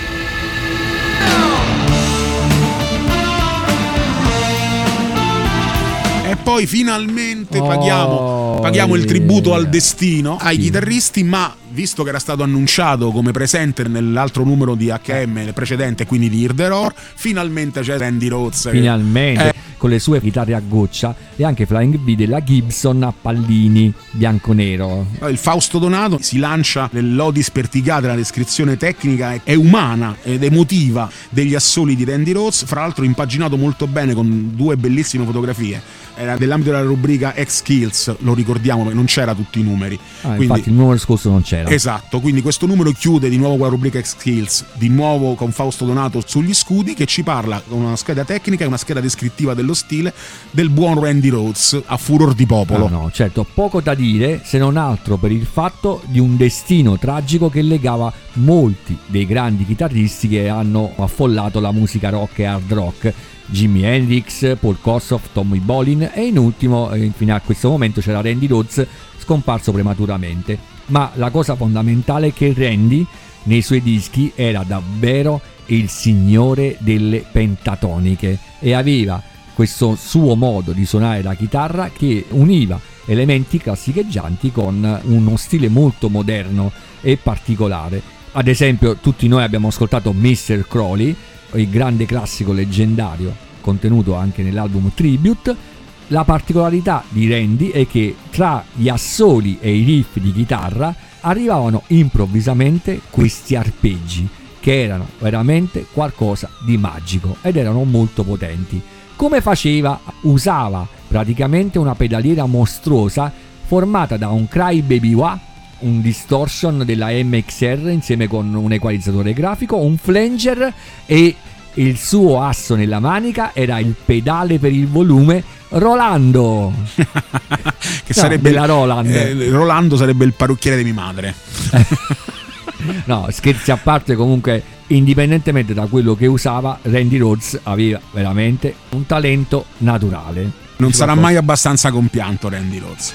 E poi finalmente Oh, paghiamo, paghiamo il tributo yeah. al destino ai Sì. chitarristi, ma visto che era stato annunciato come presente nell'altro numero di H M, il precedente, quindi di Hear the Roar, finalmente c'è Randy Rhoads. che- Finalmente, Eh, con le sue chitarre a goccia e anche Flying V della Gibson a pallini bianco-nero. il Fausto Donato si lancia nelle lodi sperticate, la descrizione tecnica e umana ed emotiva degli assoli di Randy Rhoads, fra l'altro impaginato molto bene con due bellissime fotografie. Era nell'ambito della rubrica X Skills, lo ricordiamo perché non c'era tutti i numeri. Ah, Quindi- infatti il numero scorso non c'era. Esatto, quindi questo numero chiude di nuovo con la rubrica X Skills, di nuovo con Fausto Donato sugli scudi, che ci parla con una scheda tecnica e una scheda descrittiva dello stile del buon Randy Rhoads a furor di popolo. Ah, no, certo, poco da dire se non altro per il fatto di un destino tragico che legava molti dei grandi chitarristi che hanno affollato la musica rock e hard rock. Jimi Hendrix, Paul Kossoff, Tommy Bolin e in ultimo, eh, fino a questo momento, c'era Randy Rhoads, scomparso prematuramente. Ma la cosa fondamentale è che Randy nei suoi dischi era davvero il signore delle pentatoniche e aveva questo suo modo di suonare la chitarra che univa elementi classicheggianti con uno stile molto moderno e particolare. Ad esempio, tutti noi abbiamo ascoltato mister Crowley, il grande classico leggendario contenuto anche nell'album Tribute. La particolarità di Randy è che tra gli assoli e i riff di chitarra arrivavano improvvisamente questi arpeggi che erano veramente qualcosa di magico ed erano molto potenti. Come faceva? Usava praticamente una pedaliera mostruosa formata da un Crybaby Wah, un distortion della M X R insieme con un equalizzatore grafico, un flanger, e il suo asso nella manica era il pedale per il volume Rolando. che No, sarebbe della Roland. eh, Rolando sarebbe il parrucchiere di mia madre. No, scherzi a parte, comunque indipendentemente da quello che usava, Randy Rhoads aveva veramente un talento naturale. Non sarà mai abbastanza compianto Randy Rhoads.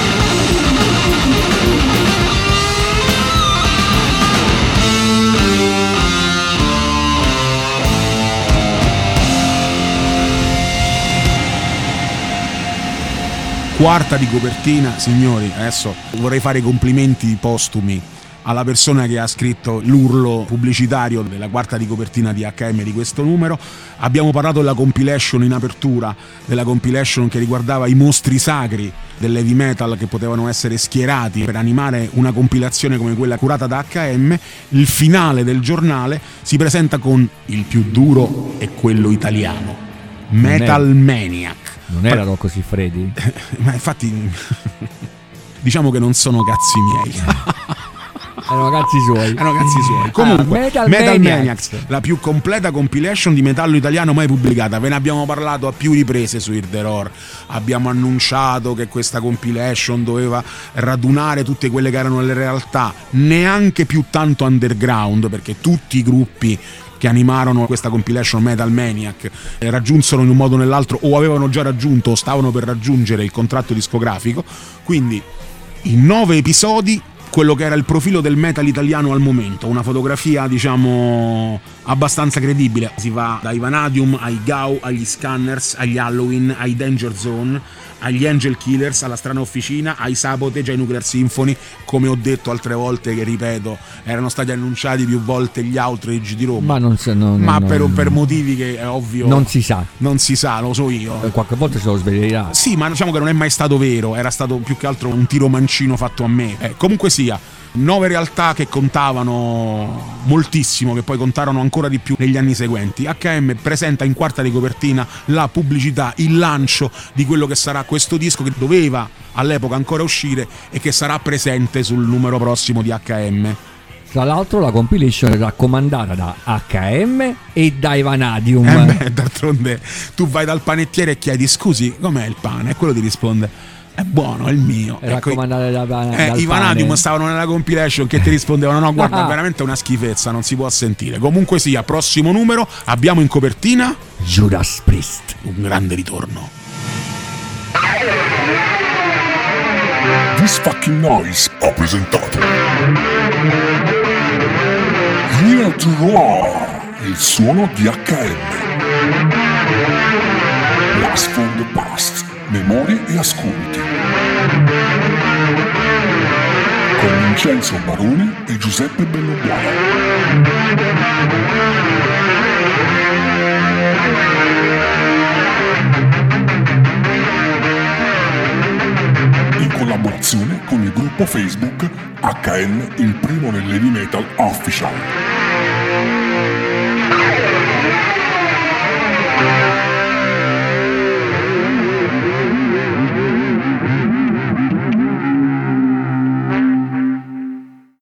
Quarta di copertina, signori, adesso vorrei fare i complimenti postumi alla persona che ha scritto l'urlo pubblicitario della quarta di copertina di H M di questo numero. Abbiamo parlato della compilation in apertura, della compilation che riguardava i mostri sacri dell'heavy metal che potevano essere schierati per animare una compilazione come quella curata da H M. Il finale del giornale si presenta con il più duro è quello italiano, Metal Maniac. Non era Rocco Siffredi? Ma infatti diciamo che non sono cazzi miei. Erano cazzi suoi. Erano cazzi suoi. Comunque, Ah, Metal, Metal Maniacs. Maniacs, la più completa compilation di metallo italiano mai pubblicata. Ve ne abbiamo parlato a più riprese su Hear the Roar. Abbiamo annunciato che questa compilation doveva radunare tutte quelle che erano le realtà neanche più tanto underground, perché tutti i gruppi che animarono questa compilation Metal Maniac eh, raggiunsero in un modo o nell'altro, o avevano già raggiunto o stavano per raggiungere il contratto discografico. Quindi in nove episodi quello che era il profilo del metal italiano al momento, una fotografia diciamo abbastanza credibile. Si va dai Vanadium ai Gao, agli Scanners, agli Halloween, ai Danger Zone, agli Angel Killers, alla Strana Officina, ai Sabotage, ai Nuclear Symphony. Come ho detto altre volte, che ripeto, erano stati annunciati più volte gli outrage di Roma, Ma non so, no, ma no, per, no, per motivi che è ovvio non si sa. non si sa, lo so io. Qualche volta se lo sveglierà. Sì, ma diciamo che non è mai stato vero, era stato più che altro un tiro mancino fatto a me. Eh, comunque sia, nove realtà che contavano moltissimo, che poi contarono ancora di più negli anni seguenti. H M presenta in quarta di copertina la pubblicità, il lancio di quello che sarà questo disco, che doveva all'epoca ancora uscire e che sarà presente sul numero prossimo di H M. Tra l'altro la compilation è raccomandata da H M e dai Vanadium. Eh beh, d'altronde tu vai dal panettiere e chiedi scusi, com'è il pane? E quello ti risponde è buono, è il mio. È raccomandata da, da, eh, dal i Vanadium pane. stavano nella compilation che ti rispondevano no guarda, è veramente una schifezza, non si può sentire. Comunque sia, prossimo numero abbiamo in copertina Judas Priest, un grande ritorno. This Fucking Noise ha presentato Here to Roar, il suono di H M. Blast from the Past, memorie e ascolti, con Vincenzo Baroni e Giuseppe Belloguara. In collaborazione con il gruppo Facebook H M, il primo nell'heavy metal official.